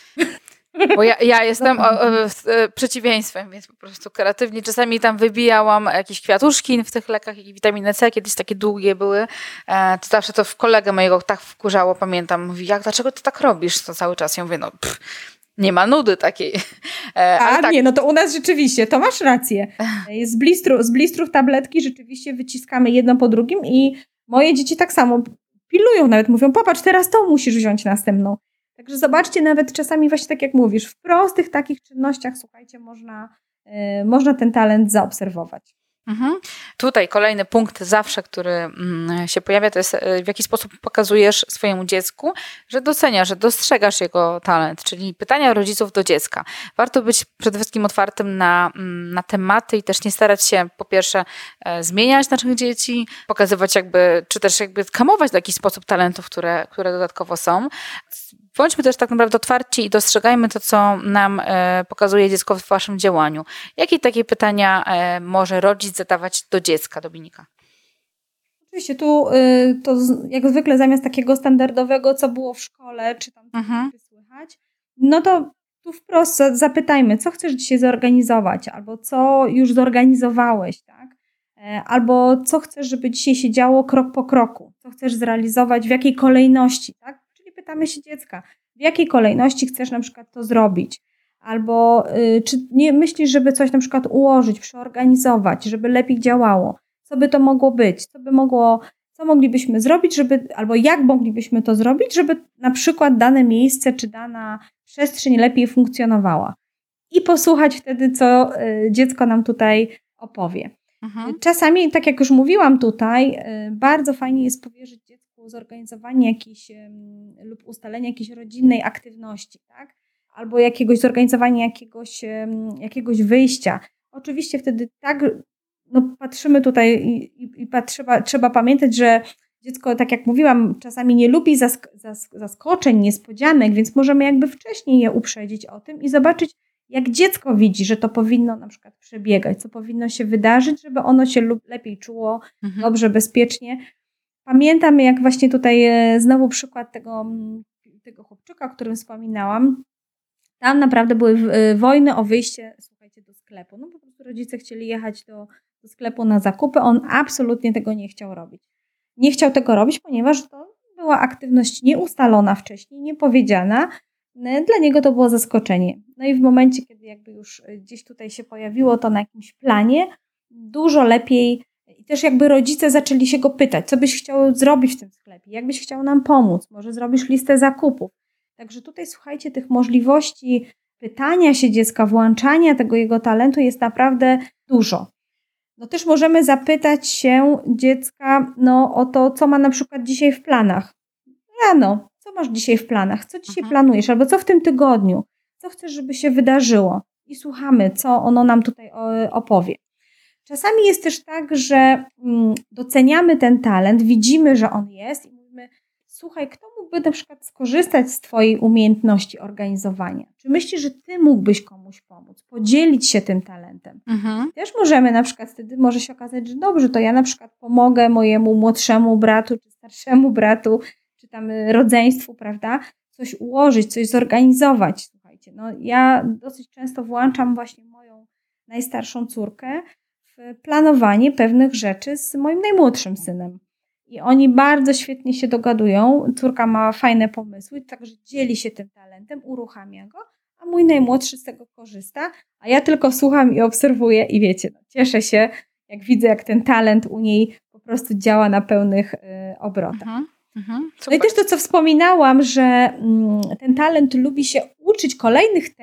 Bo ja, ja jestem o, o, o, przeciwieństwem, więc po prostu kreatywnie czasami tam wybijałam jakieś kwiatuszki w tych lekach i witaminy C, kiedyś takie długie były. E, to zawsze to w kolegę mojego tak wkurzało, pamiętam. Mówi, jak, dlaczego ty tak robisz to cały czas? Ja mówię, no pff, nie ma nudy takiej. E, A ale tak. nie, no to u nas rzeczywiście, to masz rację. Z, blistru, z blistrów tabletki rzeczywiście wyciskamy jedno po drugim i moje dzieci tak samo pilują, nawet mówią, popatrz, teraz tą musisz wziąć następną. Także zobaczcie, nawet czasami właśnie tak jak mówisz, w prostych takich czynnościach, słuchajcie, można, yy, można ten talent zaobserwować. Mhm. Tutaj kolejny punkt zawsze, który się pojawia, to jest w jaki sposób pokazujesz swojemu dziecku, że doceniasz, że dostrzegasz jego talent, czyli pytania rodziców do dziecka. Warto być przede wszystkim otwartym na, na tematy i też nie starać się po pierwsze zmieniać naszych dzieci, pokazywać jakby, czy też jakby skamować w jakiś sposób talentów, które, które dodatkowo są. Bądźmy też tak naprawdę otwarci i dostrzegajmy to, co nam e, pokazuje dziecko w waszym działaniu. Jakie takie pytania e, może rodzic zadawać do dziecka, Dominika? Oczywiście tu y, to z, jak zwykle zamiast takiego standardowego, co było w szkole, czy tam mhm. słychać, no to tu wprost zapytajmy, co chcesz dzisiaj zorganizować, albo co już zorganizowałeś, tak? E, albo co chcesz, żeby dzisiaj się działo krok po kroku, co chcesz zrealizować, w jakiej kolejności, tak? Pytamy się dziecka, w jakiej kolejności chcesz na przykład to zrobić, albo y, czy nie myślisz, żeby coś na przykład ułożyć, przeorganizować, żeby lepiej działało, co by to mogło być, co by mogło, co moglibyśmy zrobić, żeby, albo jak moglibyśmy to zrobić, żeby na przykład dane miejsce czy dana przestrzeń lepiej funkcjonowała. I posłuchać wtedy, co y, dziecko nam tutaj opowie. Mhm. Czasami, tak jak już mówiłam tutaj, y, bardzo fajnie jest powierzyć dziecku zorganizowanie jakiejś lub ustalenie jakiejś rodzinnej aktywności, tak? Albo jakiegoś zorganizowania jakiegoś, jakiegoś wyjścia. Oczywiście wtedy tak, no patrzymy tutaj i, i, i trzeba, trzeba pamiętać, że dziecko, tak jak mówiłam, czasami nie lubi zask- zask- zaskoczeń, niespodzianek, więc możemy jakby wcześniej je uprzedzić o tym i zobaczyć, jak dziecko widzi, że to powinno na przykład przebiegać, co powinno się wydarzyć, żeby ono się lepiej czuło, mhm. dobrze, bezpiecznie. Pamiętam, jak właśnie tutaj znowu przykład tego, tego chłopczyka, o którym wspominałam. Tam naprawdę były wojny o wyjście, słuchajcie, do sklepu. No po prostu rodzice chcieli jechać do, do sklepu na zakupy. On absolutnie tego nie chciał robić. Nie chciał tego robić, ponieważ to była aktywność nieustalona wcześniej, niepowiedziana. Dla niego to było zaskoczenie. No i w momencie, kiedy jakby już gdzieś tutaj się pojawiło to na jakimś planie, dużo lepiej i też jakby rodzice zaczęli się go pytać, co byś chciał zrobić w tym sklepie, jak byś chciał nam pomóc, może zrobisz listę zakupów. Także tutaj słuchajcie, tych możliwości pytania się dziecka, włączania tego jego talentu jest naprawdę dużo. No też możemy zapytać się dziecka no, o to, co ma na przykład dzisiaj w planach. Rano, co masz dzisiaj w planach, co dzisiaj mhm. planujesz, albo co w tym tygodniu, co chcesz, żeby się wydarzyło i słuchamy, co ono nam tutaj opowie. Czasami jest też tak, że doceniamy ten talent, widzimy, że on jest i mówimy, słuchaj, kto mógłby na przykład skorzystać z twojej umiejętności organizowania? Czy myślisz, że ty mógłbyś komuś pomóc, podzielić się tym talentem? Mhm. Też możemy na przykład wtedy może się okazać, że dobrze, to ja na przykład pomogę mojemu młodszemu bratu, czy starszemu bratu, czy tam rodzeństwu, prawda? Coś ułożyć, coś zorganizować. Słuchajcie, no ja dosyć często włączam właśnie moją najstarszą córkę planowanie pewnych rzeczy z moim najmłodszym synem. I oni bardzo świetnie się dogadują. Córka ma fajne pomysły, także dzieli się tym talentem, uruchamia go, a mój najmłodszy z tego korzysta, a ja tylko słucham i obserwuję i wiecie, no, cieszę się, jak widzę, jak ten talent u niej po prostu działa na pełnych y, obrotach. Mhm, mhm, no i też to, co wspominałam, że mm, ten talent lubi się uczyć kolejnych technik,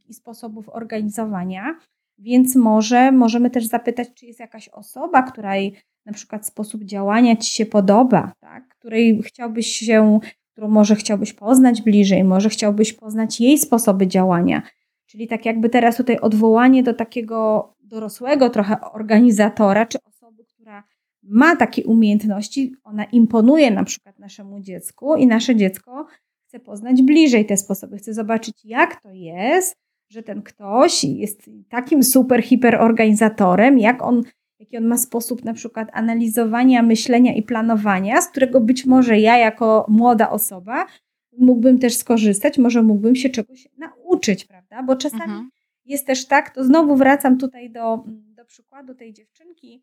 i sposobów organizowania, więc może możemy też zapytać, czy jest jakaś osoba, której na przykład sposób działania Ci się podoba, tak? Której chciałbyś się, którą może chciałbyś poznać bliżej, może chciałbyś poznać jej sposoby działania. Czyli tak jakby teraz tutaj odwołanie do takiego dorosłego trochę organizatora, czy osoby, która ma takie umiejętności, ona imponuje na przykład naszemu dziecku i nasze dziecko chce poznać bliżej te sposoby, chce zobaczyć, jak to jest, że ten ktoś jest takim super, hiperorganizatorem, jak on, jaki on ma sposób na przykład analizowania, myślenia i planowania, z którego być może ja jako młoda osoba mógłbym też skorzystać, może mógłbym się czegoś nauczyć, prawda? Bo czasami mhm. jest też tak, to znowu wracam tutaj do, do przykładu tej dziewczynki.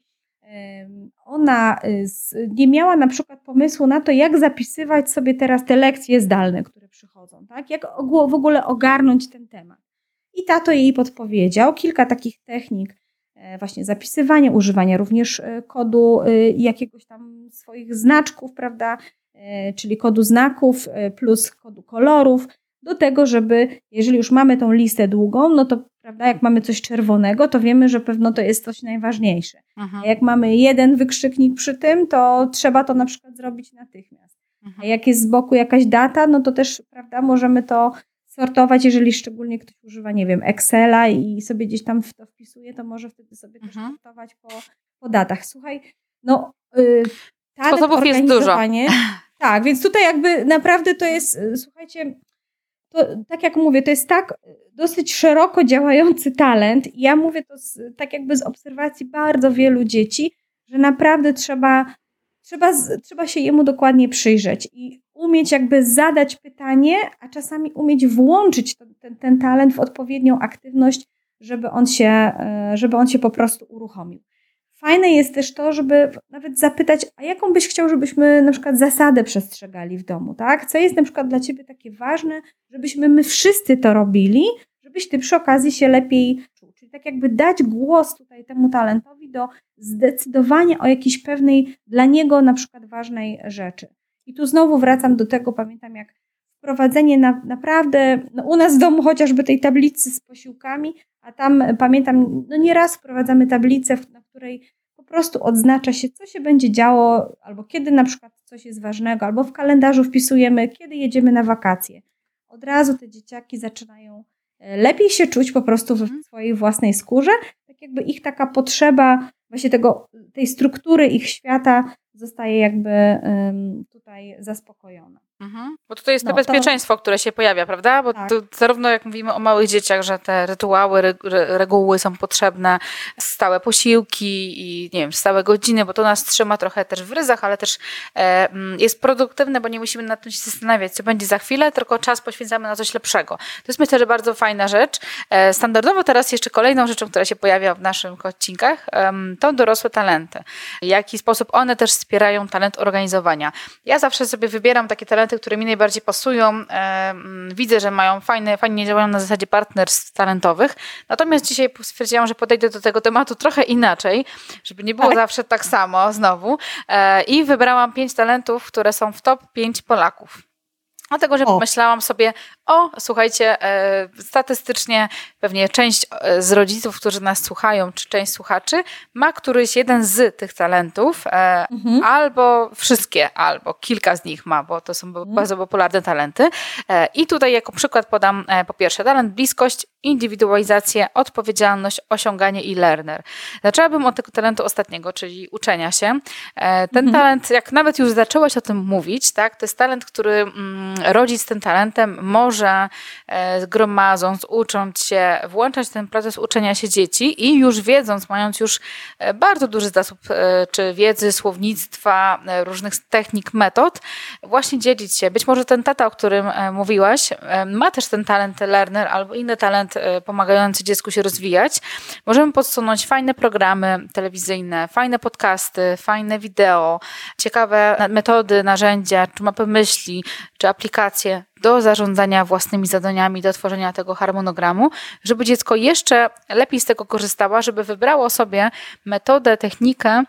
Ona nie miała na przykład pomysłu na to, jak zapisywać sobie teraz te lekcje zdalne, które przychodzą, tak? Jak w ogóle ogarnąć ten temat. I tato jej podpowiedział kilka takich technik właśnie zapisywania, używania również kodu jakiegoś tam swoich znaczków, prawda? Czyli kodu znaków plus kodu kolorów, do tego, żeby jeżeli już mamy tą listę długą, no to prawda, jak mamy coś czerwonego, to wiemy, że pewno to jest coś najważniejsze. Aha. A jak mamy jeden wykrzyknik przy tym, to trzeba to na przykład zrobić natychmiast. Aha. A jak jest z boku jakaś data, no to też prawda, możemy to sortować, jeżeli szczególnie ktoś używa, nie wiem, Excela i sobie gdzieś tam w to wpisuje, to może wtedy sobie Aha. też sortować po, po datach. Słuchaj, no yy, sposobów jest dużo. Tak, więc tutaj jakby naprawdę to jest, słuchajcie, to, tak jak mówię, to jest tak dosyć szeroko działający talent i ja mówię to z, tak jakby z obserwacji bardzo wielu dzieci, że naprawdę trzeba, trzeba, trzeba się jemu dokładnie przyjrzeć i umieć jakby zadać pytanie, a czasami umieć włączyć ten, ten, ten talent w odpowiednią aktywność, żeby on się, żeby on się po prostu uruchomił. Fajne jest też to, żeby nawet zapytać, a jaką byś chciał, żebyśmy na przykład zasadę przestrzegali w domu, tak? Co jest na przykład dla Ciebie takie ważne, żebyśmy my wszyscy to robili, żebyś Ty przy okazji się lepiej czuł. Czyli tak jakby dać głos tutaj temu talentowi do zdecydowania o jakiejś pewnej dla niego na przykład ważnej rzeczy. I tu znowu wracam do tego, pamiętam jak wprowadzenie na, naprawdę, no u nas w domu chociażby tej tablicy z posiłkami, a tam pamiętam, no nieraz wprowadzamy tablicę, na której po prostu odznacza się, co się będzie działo, albo kiedy na przykład coś jest ważnego, albo w kalendarzu wpisujemy, kiedy jedziemy na wakacje. Od razu te dzieciaki zaczynają lepiej się czuć po prostu w swojej własnej skórze, tak jakby ich taka potrzeba właśnie tego, tej struktury ich świata zostaje jakby um, tutaj zaspokojona. Mhm. Bo tutaj jest no, to bezpieczeństwo, to... które się pojawia, prawda? Bo tak. to, zarówno jak mówimy o małych dzieciach, że te rytuały, re, reguły są potrzebne, stałe posiłki i nie wiem, stałe godziny, bo to nas trzyma trochę też w ryzach, ale też e, jest produktywne, bo nie musimy nad tym się zastanawiać, co będzie za chwilę, tylko czas poświęcamy na coś lepszego. To jest myślę, że bardzo fajna rzecz. E, standardowo teraz jeszcze kolejną rzeczą, która się pojawia w naszych odcinkach, e, to dorosłe talenty. W jaki sposób one też wspierają talent organizowania. Ja zawsze sobie wybieram takie talenty, które mi najbardziej pasują. E, widzę, że mają fajne, fajnie działają na zasadzie partnerstw talentowych. Natomiast dzisiaj stwierdziłam, że podejdę do tego tematu trochę inaczej, żeby nie było tak. zawsze tak samo znowu. E, I wybrałam pięć talentów, które są w top pięć Polaków. Dlatego, że o. pomyślałam sobie, o, słuchajcie, e, statystycznie pewnie część z rodziców, którzy nas słuchają, czy część słuchaczy, ma któryś jeden z tych talentów, e, mhm. albo wszystkie, albo kilka z nich ma, bo to są mhm. bardzo popularne talenty. E, I tutaj jako przykład podam e, po pierwsze talent bliskość, indywidualizację, odpowiedzialność, osiąganie i learner. Zaczęłabym od tego talentu ostatniego, czyli uczenia się. E, ten mhm. talent, jak nawet już zaczęłaś o tym mówić, tak, to jest talent, który mm, rodzic z tym talentem może e, gromadząc, ucząc się, włączać ten proces uczenia się dzieci i już wiedząc, mając już e, bardzo duży zasób e, czy wiedzy, słownictwa, e, różnych technik, metod, właśnie dzielić się. Być może ten tata, o którym e, mówiłaś, e, ma też ten talent learner albo inny talent e, pomagający dziecku się rozwijać. Możemy podsunąć fajne programy telewizyjne, fajne podcasty, fajne wideo, ciekawe metody, narzędzia, czy mapy myśli, czy aplikacje do zarządzania własnymi zadaniami, do tworzenia tego harmonogramu, żeby dziecko jeszcze lepiej z tego korzystało, żeby wybrało sobie metodę, technikę,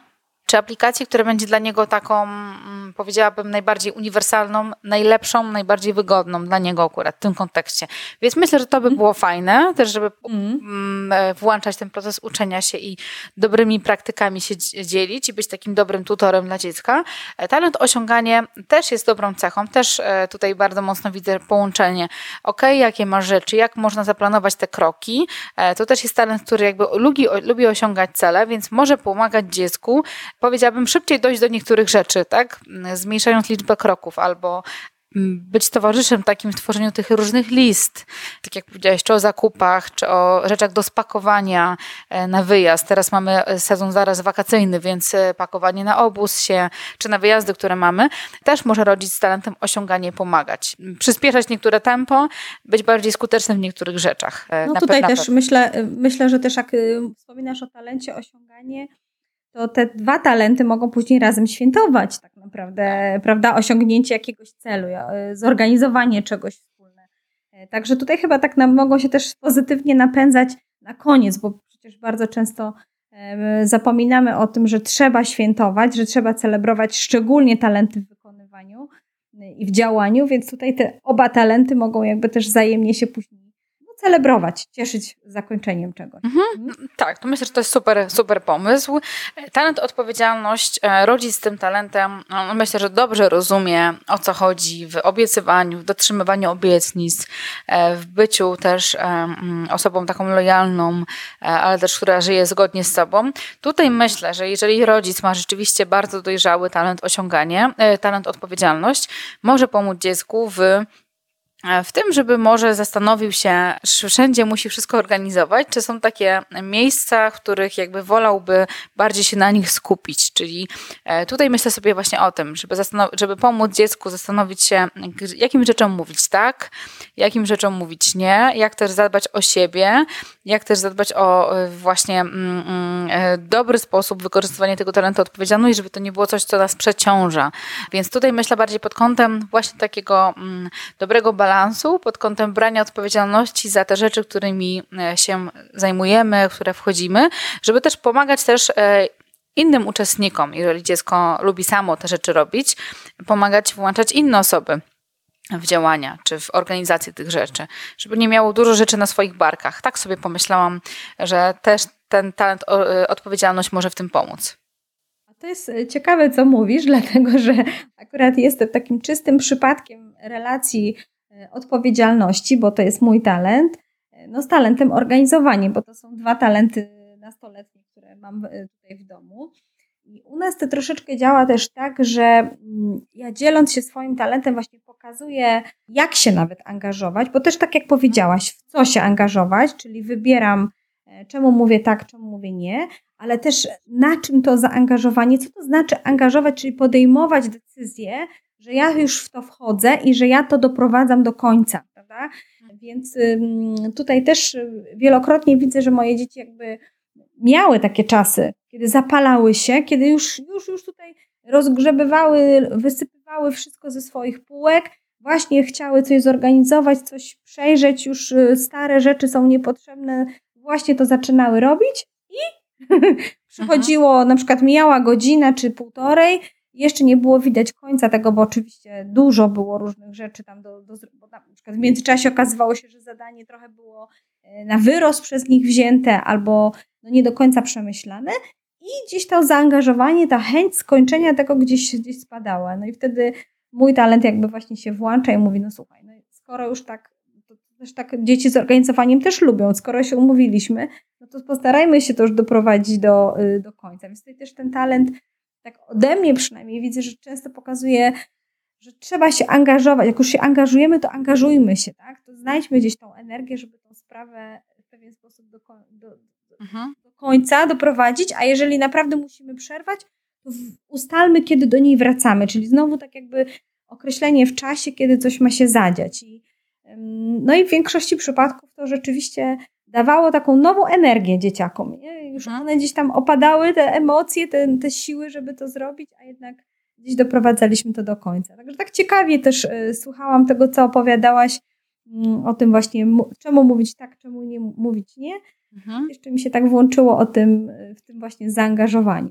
czy aplikacji, która będzie dla niego taką, powiedziałabym, najbardziej uniwersalną, najlepszą, najbardziej wygodną dla niego akurat w tym kontekście. Więc myślę, że to by było fajne, też żeby mm. włączać ten proces uczenia się i dobrymi praktykami się dzielić i być takim dobrym tutorem dla dziecka. Talent osiąganie też jest dobrą cechą, też tutaj bardzo mocno widzę połączenie. Ok, jakie masz rzeczy, jak można zaplanować te kroki. To też jest talent, który jakby lubi, lubi osiągać cele, więc może pomagać dziecku, powiedziałabym, szybciej dojść do niektórych rzeczy, tak? Zmniejszając liczbę kroków albo być towarzyszem takim w tworzeniu tych różnych list, tak jak powiedziałeś, czy o zakupach, czy o rzeczach do spakowania na wyjazd. Teraz mamy sezon zaraz wakacyjny, więc pakowanie na obóz się, czy na wyjazdy, które mamy, też może rodzic z talentem osiąganie pomagać. Przyspieszać niektóre tempo, być bardziej skutecznym w niektórych rzeczach. No na tutaj pe- też myślę, myślę, że też jak wspominasz o talencie osiąganie, to te dwa talenty mogą później razem świętować tak naprawdę, prawda, osiągnięcie jakiegoś celu, zorganizowanie czegoś wspólne. Także tutaj chyba tak nam mogą się też pozytywnie napędzać na koniec, bo przecież bardzo często zapominamy o tym, że trzeba świętować, że trzeba celebrować szczególnie talenty w wykonywaniu i w działaniu, więc tutaj te oba talenty mogą jakby też wzajemnie się później celebrować, cieszyć zakończeniem czegoś. Mhm. Tak, to myślę, że to jest super, super pomysł. Talent, odpowiedzialność, rodzic z tym talentem, no myślę, że dobrze rozumie, o co chodzi w obiecywaniu, w dotrzymywaniu obietnic, w byciu też osobą taką lojalną, ale też, która żyje zgodnie z sobą. Tutaj myślę, że jeżeli rodzic ma rzeczywiście bardzo dojrzały talent osiąganie, talent odpowiedzialność, może pomóc dziecku w w tym, żeby może zastanowił się, czy wszędzie musi wszystko organizować, czy są takie miejsca, w których jakby wolałby bardziej się na nich skupić. Czyli tutaj myślę sobie właśnie o tym, żeby, zastanow- żeby pomóc dziecku zastanowić się, jakim rzeczom mówić tak, jakim rzeczom mówić nie, jak też zadbać o siebie, jak też zadbać o właśnie mm, mm, dobry sposób wykorzystywania tego talentu odpowiedzialności, żeby to nie było coś, co nas przeciąża. Więc tutaj myślę bardziej pod kątem właśnie takiego mm, dobrego balansu, pod kątem brania odpowiedzialności za te rzeczy, którymi się zajmujemy, w które wchodzimy, żeby też pomagać też innym uczestnikom, jeżeli dziecko lubi samo te rzeczy robić, pomagać włączać inne osoby w działania, czy w organizację tych rzeczy, żeby nie miało dużo rzeczy na swoich barkach. Tak sobie pomyślałam, że też ten talent, odpowiedzialność może w tym pomóc. To jest ciekawe, co mówisz, dlatego że akurat jestem takim czystym przypadkiem relacji odpowiedzialności, bo to jest mój talent, no z talentem organizowania, bo to są dwa talenty nastoletnie, które mam tutaj w domu. I u nas to troszeczkę działa też tak, że ja dzieląc się swoim talentem właśnie pokazuję, jak się nawet angażować, bo też tak jak powiedziałaś, w co się angażować, czyli wybieram, czemu mówię tak, czemu mówię nie, ale też na czym to zaangażowanie, co to znaczy angażować, czyli podejmować decyzję, że ja już w to wchodzę i że ja to doprowadzam do końca, prawda? Więc tutaj też wielokrotnie widzę, że moje dzieci jakby miały takie czasy, kiedy zapalały się, kiedy już, już, już tutaj rozgrzebywały, wysypywały wszystko ze swoich półek, właśnie chciały coś zorganizować, coś przejrzeć, już stare rzeczy są niepotrzebne, właśnie to zaczynały robić i przychodziło, Aha. na przykład mijała godzina czy półtorej, jeszcze nie było widać końca tego, bo oczywiście dużo było różnych rzeczy tam do, do bo na przykład w międzyczasie okazywało się, że zadanie trochę było na wyrost przez nich wzięte albo no nie do końca przemyślane i gdzieś to zaangażowanie, ta chęć skończenia tego gdzieś, gdzieś spadała. No i wtedy mój talent jakby właśnie się włącza i mówi, no słuchaj, no skoro już tak, to też tak dzieci z organizowaniem też lubią, skoro się umówiliśmy, no to postarajmy się to już doprowadzić do, do końca. Więc tutaj też ten talent tak ode mnie przynajmniej widzę, że często pokazuje, że trzeba się angażować. Jak już się angażujemy, to angażujmy się, tak? To znajdźmy gdzieś tą energię, żeby tą sprawę w pewien sposób do, do, mhm. do końca doprowadzić, a jeżeli naprawdę musimy przerwać, to ustalmy, kiedy do niej wracamy, czyli znowu tak jakby określenie w czasie, kiedy coś ma się zadziać. I, no i w większości przypadków to rzeczywiście dawało taką nową energię dzieciakom. Nie? Już one gdzieś tam opadały, te emocje, te, te siły, żeby to zrobić, a jednak gdzieś doprowadzaliśmy to do końca. Także tak ciekawie też y, słuchałam tego, co opowiadałaś y, o tym właśnie, m- czemu mówić tak, czemu nie mówić nie. Mhm. Jeszcze mi się tak włączyło o tym, y, w tym właśnie zaangażowaniu.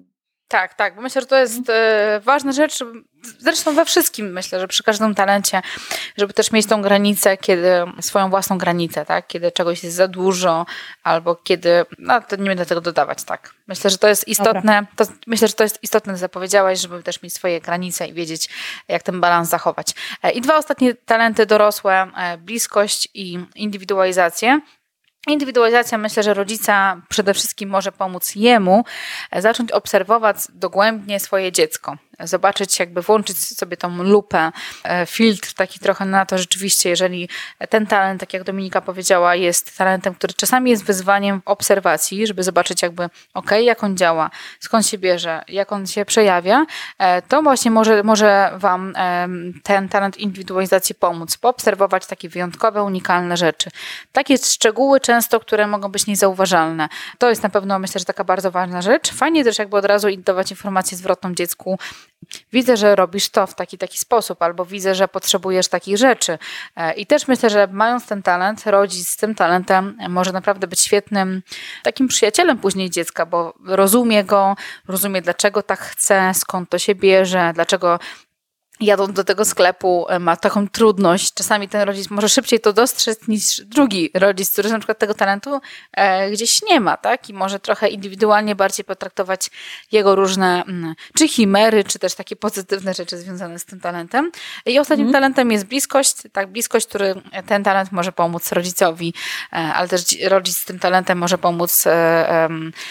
Tak, tak. Myślę, że to jest e, ważna rzecz. Zresztą we wszystkim myślę, że przy każdym talencie, żeby też mieć tą granicę, kiedy swoją własną granicę, tak? Kiedy czegoś jest za dużo, albo kiedy, no to nie będę tego dodawać, tak. Myślę, że to jest istotne, to, myślę, że to jest istotne, co zapowiedziałaś, żeby też mieć swoje granice i wiedzieć, jak ten balans zachować. E, I dwa ostatnie talenty dorosłe, e, bliskość i indywidualizację. Indywidualizacja, myślę, że rodzica przede wszystkim może pomóc jemu zacząć obserwować dogłębnie swoje dziecko. Zobaczyć, jakby włączyć sobie tą lupę, filtr taki trochę na to rzeczywiście, jeżeli ten talent, tak jak Dominika powiedziała, jest talentem, który czasami jest wyzwaniem w obserwacji, żeby zobaczyć jakby, okej, okay, jak on działa, skąd się bierze, jak on się przejawia, to właśnie może, może wam ten talent indywidualizacji pomóc, poobserwować takie wyjątkowe, unikalne rzeczy. Takie szczegóły często, które mogą być niezauważalne. To jest na pewno, myślę, że taka bardzo ważna rzecz. Fajnie też jakby od razu dawać informację zwrotną dziecku. Widzę, że robisz to w taki taki sposób, albo widzę, że potrzebujesz takich rzeczy. I też myślę, że mając ten talent, rodzic z tym talentem może naprawdę być świetnym takim przyjacielem później dziecka, bo rozumie go, rozumie dlaczego tak chce, skąd to się bierze, dlaczego jadąc do tego sklepu ma taką trudność. Czasami ten rodzic może szybciej to dostrzec niż drugi rodzic, który na przykład tego talentu e, gdzieś nie ma, tak? I może trochę indywidualnie bardziej potraktować jego różne m, czy chimery, czy też takie pozytywne rzeczy związane z tym talentem. I ostatnim mm. talentem jest bliskość. Tak, bliskość, który ten talent może pomóc rodzicowi, e, ale też rodzic z tym talentem może pomóc e, e,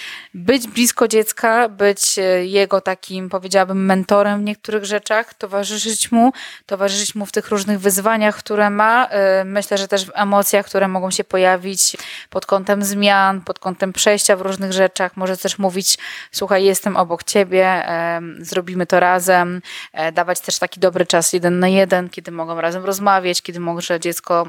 być blisko dziecka, być jego takim, powiedziałabym, mentorem w niektórych rzeczach, towarzyszyć mu, towarzyszyć mu w tych różnych wyzwaniach, które ma. Myślę, że też w emocjach, które mogą się pojawić pod kątem zmian, pod kątem przejścia w różnych rzeczach. Może też mówić, słuchaj, jestem obok ciebie, zrobimy to razem. Dawać też taki dobry czas jeden na jeden, kiedy mogą razem rozmawiać, kiedy może dziecko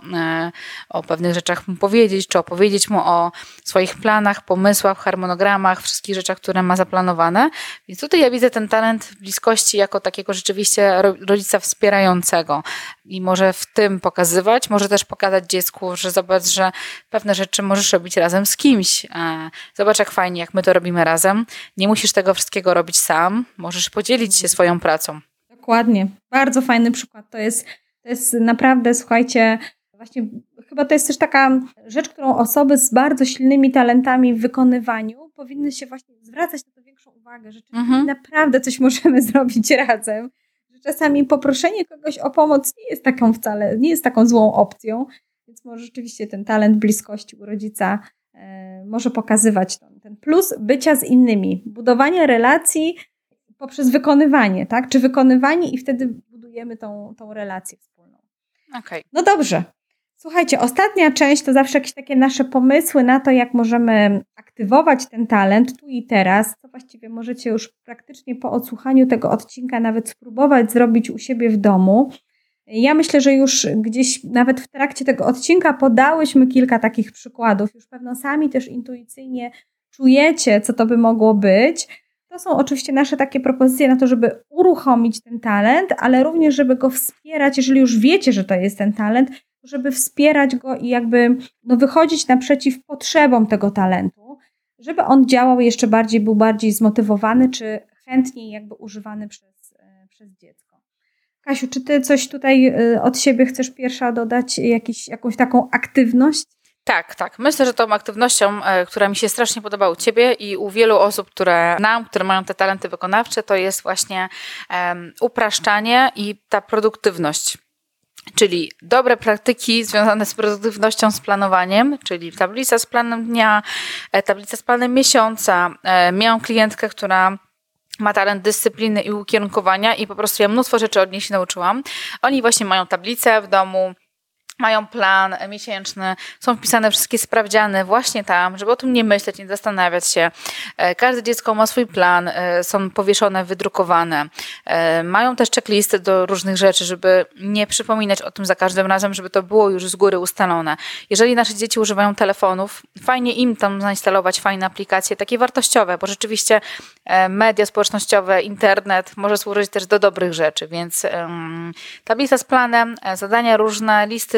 o pewnych rzeczach mu powiedzieć, czy opowiedzieć mu o swoich planach, pomysłach, harmonogramach, wszystkich rzeczach, które ma zaplanowane. Więc tutaj ja widzę ten talent bliskości jako takiego rzeczywiście rodzica wspierającego i może w tym pokazywać, może też pokazać dziecku, że zobacz, że pewne rzeczy możesz robić razem z kimś. Zobacz, jak fajnie, jak my to robimy razem. Nie musisz tego wszystkiego robić sam, możesz podzielić się swoją pracą. Dokładnie. Bardzo fajny przykład. To jest, to jest naprawdę, słuchajcie, właśnie chyba to jest też taka rzecz, którą osoby z bardzo silnymi talentami w wykonywaniu powinny się właśnie zwracać na to większą uwagę, że mhm. naprawdę coś możemy zrobić razem. Że czasami poproszenie kogoś o pomoc nie jest taką wcale, nie jest taką złą opcją, więc może rzeczywiście ten talent bliskości u rodzica e, może pokazywać ten, ten plus bycia z innymi, budowanie relacji poprzez wykonywanie, tak? Czy wykonywanie i wtedy budujemy tą, tą relację wspólną. Okay. No dobrze. Słuchajcie, ostatnia część to zawsze jakieś takie nasze pomysły na to, jak możemy aktywować ten talent tu i teraz, co właściwie możecie już praktycznie po odsłuchaniu tego odcinka nawet spróbować zrobić u siebie w domu. Ja myślę, że już gdzieś nawet w trakcie tego odcinka podałyśmy kilka takich przykładów. Już pewno sami też intuicyjnie czujecie, co to by mogło być. To są oczywiście nasze takie propozycje na to, żeby uruchomić ten talent, ale również, żeby go wspierać, jeżeli już wiecie, że to jest ten talent, żeby wspierać go i jakby no, wychodzić naprzeciw potrzebom tego talentu, żeby on działał jeszcze bardziej, był bardziej zmotywowany, czy chętniej jakby używany przez, przez dziecko. Kasiu, czy ty coś tutaj od siebie chcesz pierwsza dodać, jakiś, jakąś taką aktywność? Tak, tak. Myślę, że tą aktywnością, która mi się strasznie podoba u ciebie i u wielu osób, które nam, które mają te talenty wykonawcze, to jest właśnie um, upraszczanie i ta produktywność. Czyli dobre praktyki związane z produktywnością, z planowaniem, czyli tablica z planem dnia, tablica z planem miesiąca. Miałam klientkę, która ma talent dyscypliny i ukierunkowania i po prostu ja mnóstwo rzeczy od niej się nauczyłam. Oni właśnie mają tablicę w domu, mają plan miesięczny, są wpisane wszystkie sprawdziany właśnie tam, żeby o tym nie myśleć, nie zastanawiać się. Każde dziecko ma swój plan, są powieszone, wydrukowane. Mają też checklisty do różnych rzeczy, żeby nie przypominać o tym za każdym razem, żeby to było już z góry ustalone. Jeżeli nasze dzieci używają telefonów, fajnie im tam zainstalować fajne aplikacje, takie wartościowe, bo rzeczywiście media społecznościowe, internet może służyć też do dobrych rzeczy, więc um, tablica z planem, zadania różne, listy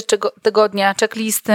tygodnia, checklisty,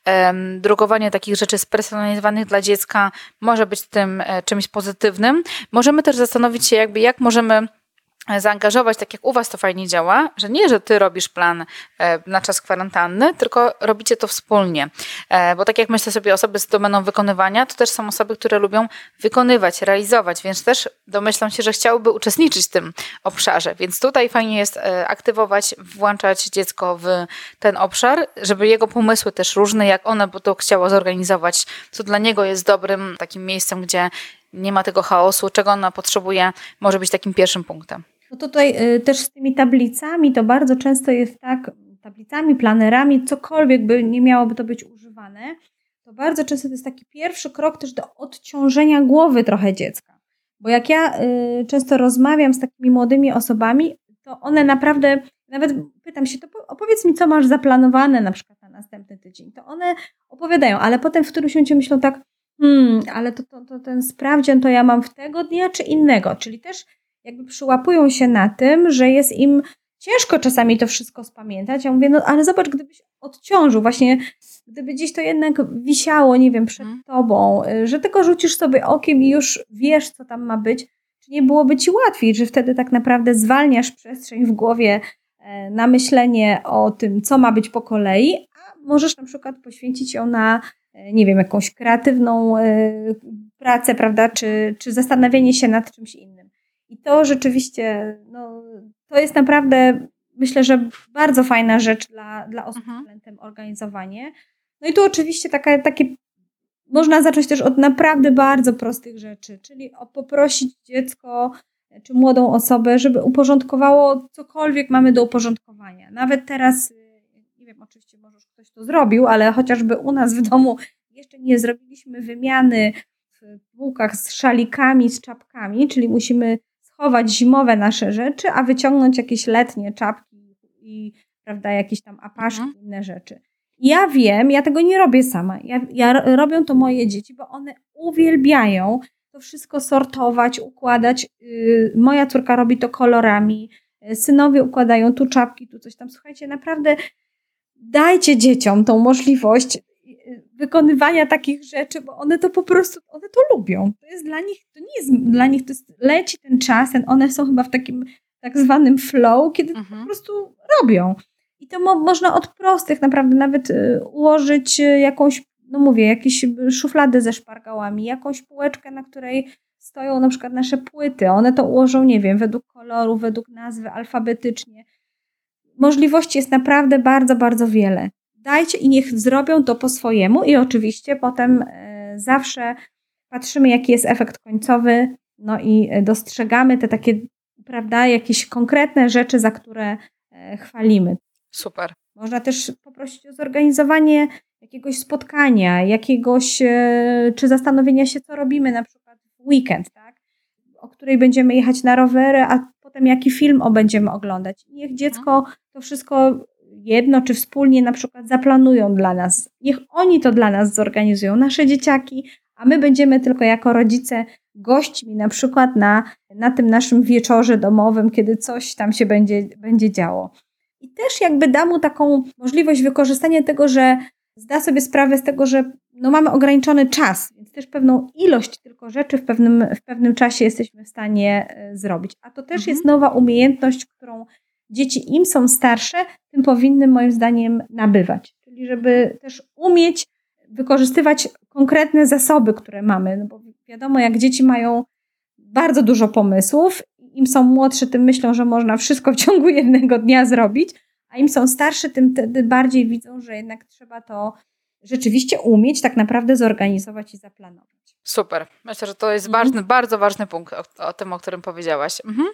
um, drukowanie takich rzeczy spersonalizowanych dla dziecka może być tym e, czymś pozytywnym. Możemy też zastanowić się jakby, jak możemy zaangażować, tak jak u was to fajnie działa, że nie, że ty robisz plan na czas kwarantanny, tylko robicie to wspólnie. Bo tak jak myślę sobie osoby z domeną wykonywania, to też są osoby, które lubią wykonywać, realizować, więc też domyślam się, że chciałyby uczestniczyć w tym obszarze. Więc tutaj fajnie jest aktywować, włączać dziecko w ten obszar, żeby jego pomysły też różne, jak ona by to chciała zorganizować, co dla niego jest dobrym takim miejscem, gdzie nie ma tego chaosu, czego ona potrzebuje, może być takim pierwszym punktem. No tutaj y, też z tymi tablicami to bardzo często jest tak, tablicami, planerami, cokolwiek by nie miałoby to być używane, to bardzo często to jest taki pierwszy krok też do odciążenia głowy trochę dziecka. Bo jak ja y, często rozmawiam z takimi młodymi osobami, to one naprawdę, nawet pytam się, to opowiedz mi, co masz zaplanowane na przykład na następny tydzień. To one opowiadają, ale potem w którymś momencie myślą tak, hmm, ale to, to, to ten sprawdzian to ja mam w tego dnia czy innego, czyli też jakby przyłapują się na tym, że jest im ciężko czasami to wszystko spamiętać. Ja mówię, no ale zobacz, gdybyś odciążył, właśnie gdyby gdzieś to jednak wisiało, nie wiem, przed hmm. tobą, że tylko rzucisz sobie okiem i już wiesz, co tam ma być, czy nie byłoby ci łatwiej, że wtedy tak naprawdę zwalniasz przestrzeń w głowie na myślenie o tym, co ma być po kolei, a możesz na przykład poświęcić ją na, nie wiem, jakąś kreatywną pracę, prawda, czy, czy zastanawianie się nad czymś innym. I to rzeczywiście, no, to jest naprawdę, myślę, że bardzo fajna rzecz dla, dla osób mhm. z talentem organizowanie. No i tu oczywiście taka, takie, można zacząć też od naprawdę bardzo prostych rzeczy, czyli o poprosić dziecko czy młodą osobę, żeby uporządkowało cokolwiek mamy do uporządkowania. Nawet teraz, nie wiem, oczywiście może ktoś to zrobił, ale chociażby u nas w domu jeszcze nie zrobiliśmy wymiany w półkach z szalikami, z czapkami, czyli musimy schować zimowe nasze rzeczy, a wyciągnąć jakieś letnie czapki i, prawda, jakieś tam apaszki, mhm. inne rzeczy. Ja wiem, ja tego nie robię sama. Ja, ja robią to moje dzieci, bo one uwielbiają to wszystko sortować, układać. Yy, moja córka robi to kolorami, yy, synowie układają tu czapki, tu coś tam. Słuchajcie, naprawdę dajcie dzieciom tą możliwość wykonywania takich rzeczy, bo one to po prostu, one to lubią. To jest dla nich, to nie jest dla nich, to jest, leci ten czas, ten, one są chyba w takim tak zwanym flow, kiedy mhm. po prostu robią. I to mo- można od prostych naprawdę nawet y, ułożyć jakąś, no mówię, jakieś szuflady ze szpargałami, jakąś półeczkę, na której stoją na przykład nasze płyty. One to ułożą, nie wiem, według koloru, według nazwy, alfabetycznie. Możliwości jest naprawdę bardzo, bardzo wiele. Dajcie i niech zrobią to po swojemu i oczywiście potem y, zawsze patrzymy, jaki jest efekt końcowy, no i dostrzegamy te takie, prawda, jakieś konkretne rzeczy, za które y, chwalimy. Super. Można też poprosić o zorganizowanie jakiegoś spotkania, jakiegoś, y, czy zastanowienia się, co robimy na przykład w weekend, tak? O której będziemy jechać na rowery, a potem jaki film o będziemy oglądać. Niech dziecko to wszystko jedno czy wspólnie na przykład zaplanują dla nas. Niech oni to dla nas zorganizują, nasze dzieciaki, a my będziemy tylko jako rodzice gośćmi na przykład na, na tym naszym wieczorze domowym, kiedy coś tam się będzie, będzie działo. I też jakby da mu taką możliwość wykorzystania tego, że zda sobie sprawę z tego, że no mamy ograniczony czas, więc też pewną ilość tylko rzeczy w pewnym, w pewnym czasie jesteśmy w stanie zrobić. A to też mhm. jest nowa umiejętność, którą dzieci im są starsze, tym powinny moim zdaniem nabywać. Czyli żeby też umieć wykorzystywać konkretne zasoby, które mamy. No bo wiadomo, jak dzieci mają bardzo dużo pomysłów, im są młodsze, tym myślą, że można wszystko w ciągu jednego dnia zrobić, a im są starsze, tym wtedy bardziej widzą, że jednak trzeba to rzeczywiście umieć tak naprawdę zorganizować i zaplanować. Super. Myślę, że to jest mhm. ważny, bardzo ważny punkt o, o tym, o którym powiedziałaś. Mhm.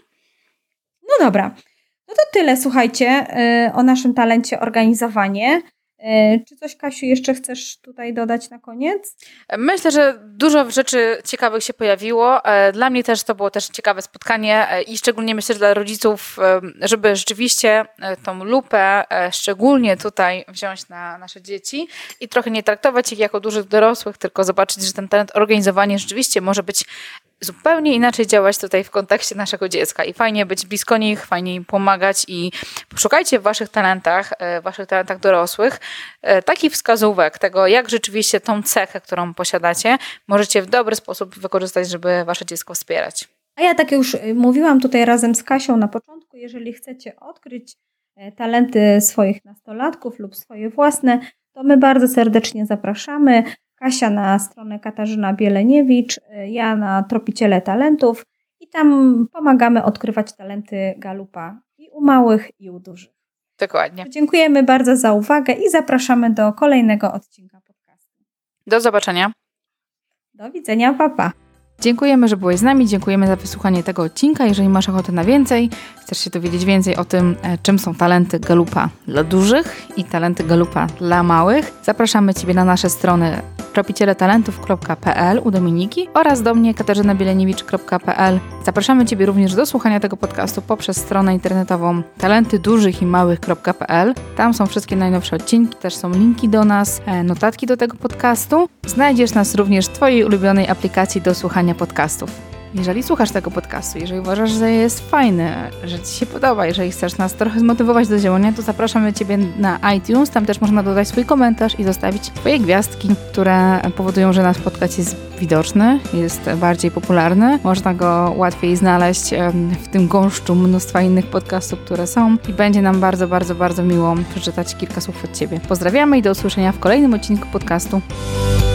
No dobra. No to tyle, słuchajcie, o naszym talencie organizowanie. Czy coś, Kasiu, jeszcze chcesz tutaj dodać na koniec? Myślę, że dużo rzeczy ciekawych się pojawiło. Dla mnie też to było też ciekawe spotkanie i szczególnie myślę, że dla rodziców, żeby rzeczywiście tą lupę szczególnie tutaj wziąć na nasze dzieci i trochę nie traktować ich jako dużych dorosłych, tylko zobaczyć, że ten talent organizowania rzeczywiście może być zupełnie inaczej działać tutaj w kontekście naszego dziecka i fajnie być blisko nich, fajnie im pomagać i szukajcie w waszych talentach, w waszych talentach dorosłych takich wskazówek tego, jak rzeczywiście tą cechę, którą posiadacie, możecie w dobry sposób wykorzystać, żeby wasze dziecko wspierać. A ja tak już mówiłam tutaj razem z Kasią na początku, jeżeli chcecie odkryć talenty swoich nastolatków lub swoje własne, to my bardzo serdecznie zapraszamy. Kasia na stronę Katarzyna Bieleniewicz, ja na Tropiciele Talentów i tam pomagamy odkrywać talenty Galupa i u małych, i u dużych. Dokładnie. Dziękujemy bardzo za uwagę i zapraszamy do kolejnego odcinka podcastu. Do zobaczenia. Do widzenia, pa pa. Dziękujemy, że byłeś z nami, dziękujemy za wysłuchanie tego odcinka. Jeżeli masz ochotę na więcej, chcesz się dowiedzieć więcej o tym, czym są talenty Galupa dla dużych i talenty Galupa dla małych, zapraszamy Ciebie na nasze strony tropiciele talentów kropka p l u Dominiki oraz do mnie katarzyna bieleniewicz kropka p l. Zapraszamy Ciebie również do słuchania tego podcastu poprzez stronę internetową talenty dużych i małych kropka p l. Tam są wszystkie najnowsze odcinki, też są linki do nas, notatki do tego podcastu. Znajdziesz nas również w Twojej ulubionej aplikacji do słuchania podcastów. Jeżeli słuchasz tego podcastu, jeżeli uważasz, że jest fajny, że Ci się podoba, jeżeli chcesz nas trochę zmotywować do działania, to zapraszamy Ciebie na iTunes. Tam też można dodać swój komentarz i zostawić swoje gwiazdki, które powodują, że nasz podcast jest widoczny, jest bardziej popularny. Można go łatwiej znaleźć w tym gąszczu mnóstwa innych podcastów, które są i będzie nam bardzo, bardzo, bardzo miło przeczytać kilka słów od Ciebie. Pozdrawiamy i do usłyszenia w kolejnym odcinku podcastu.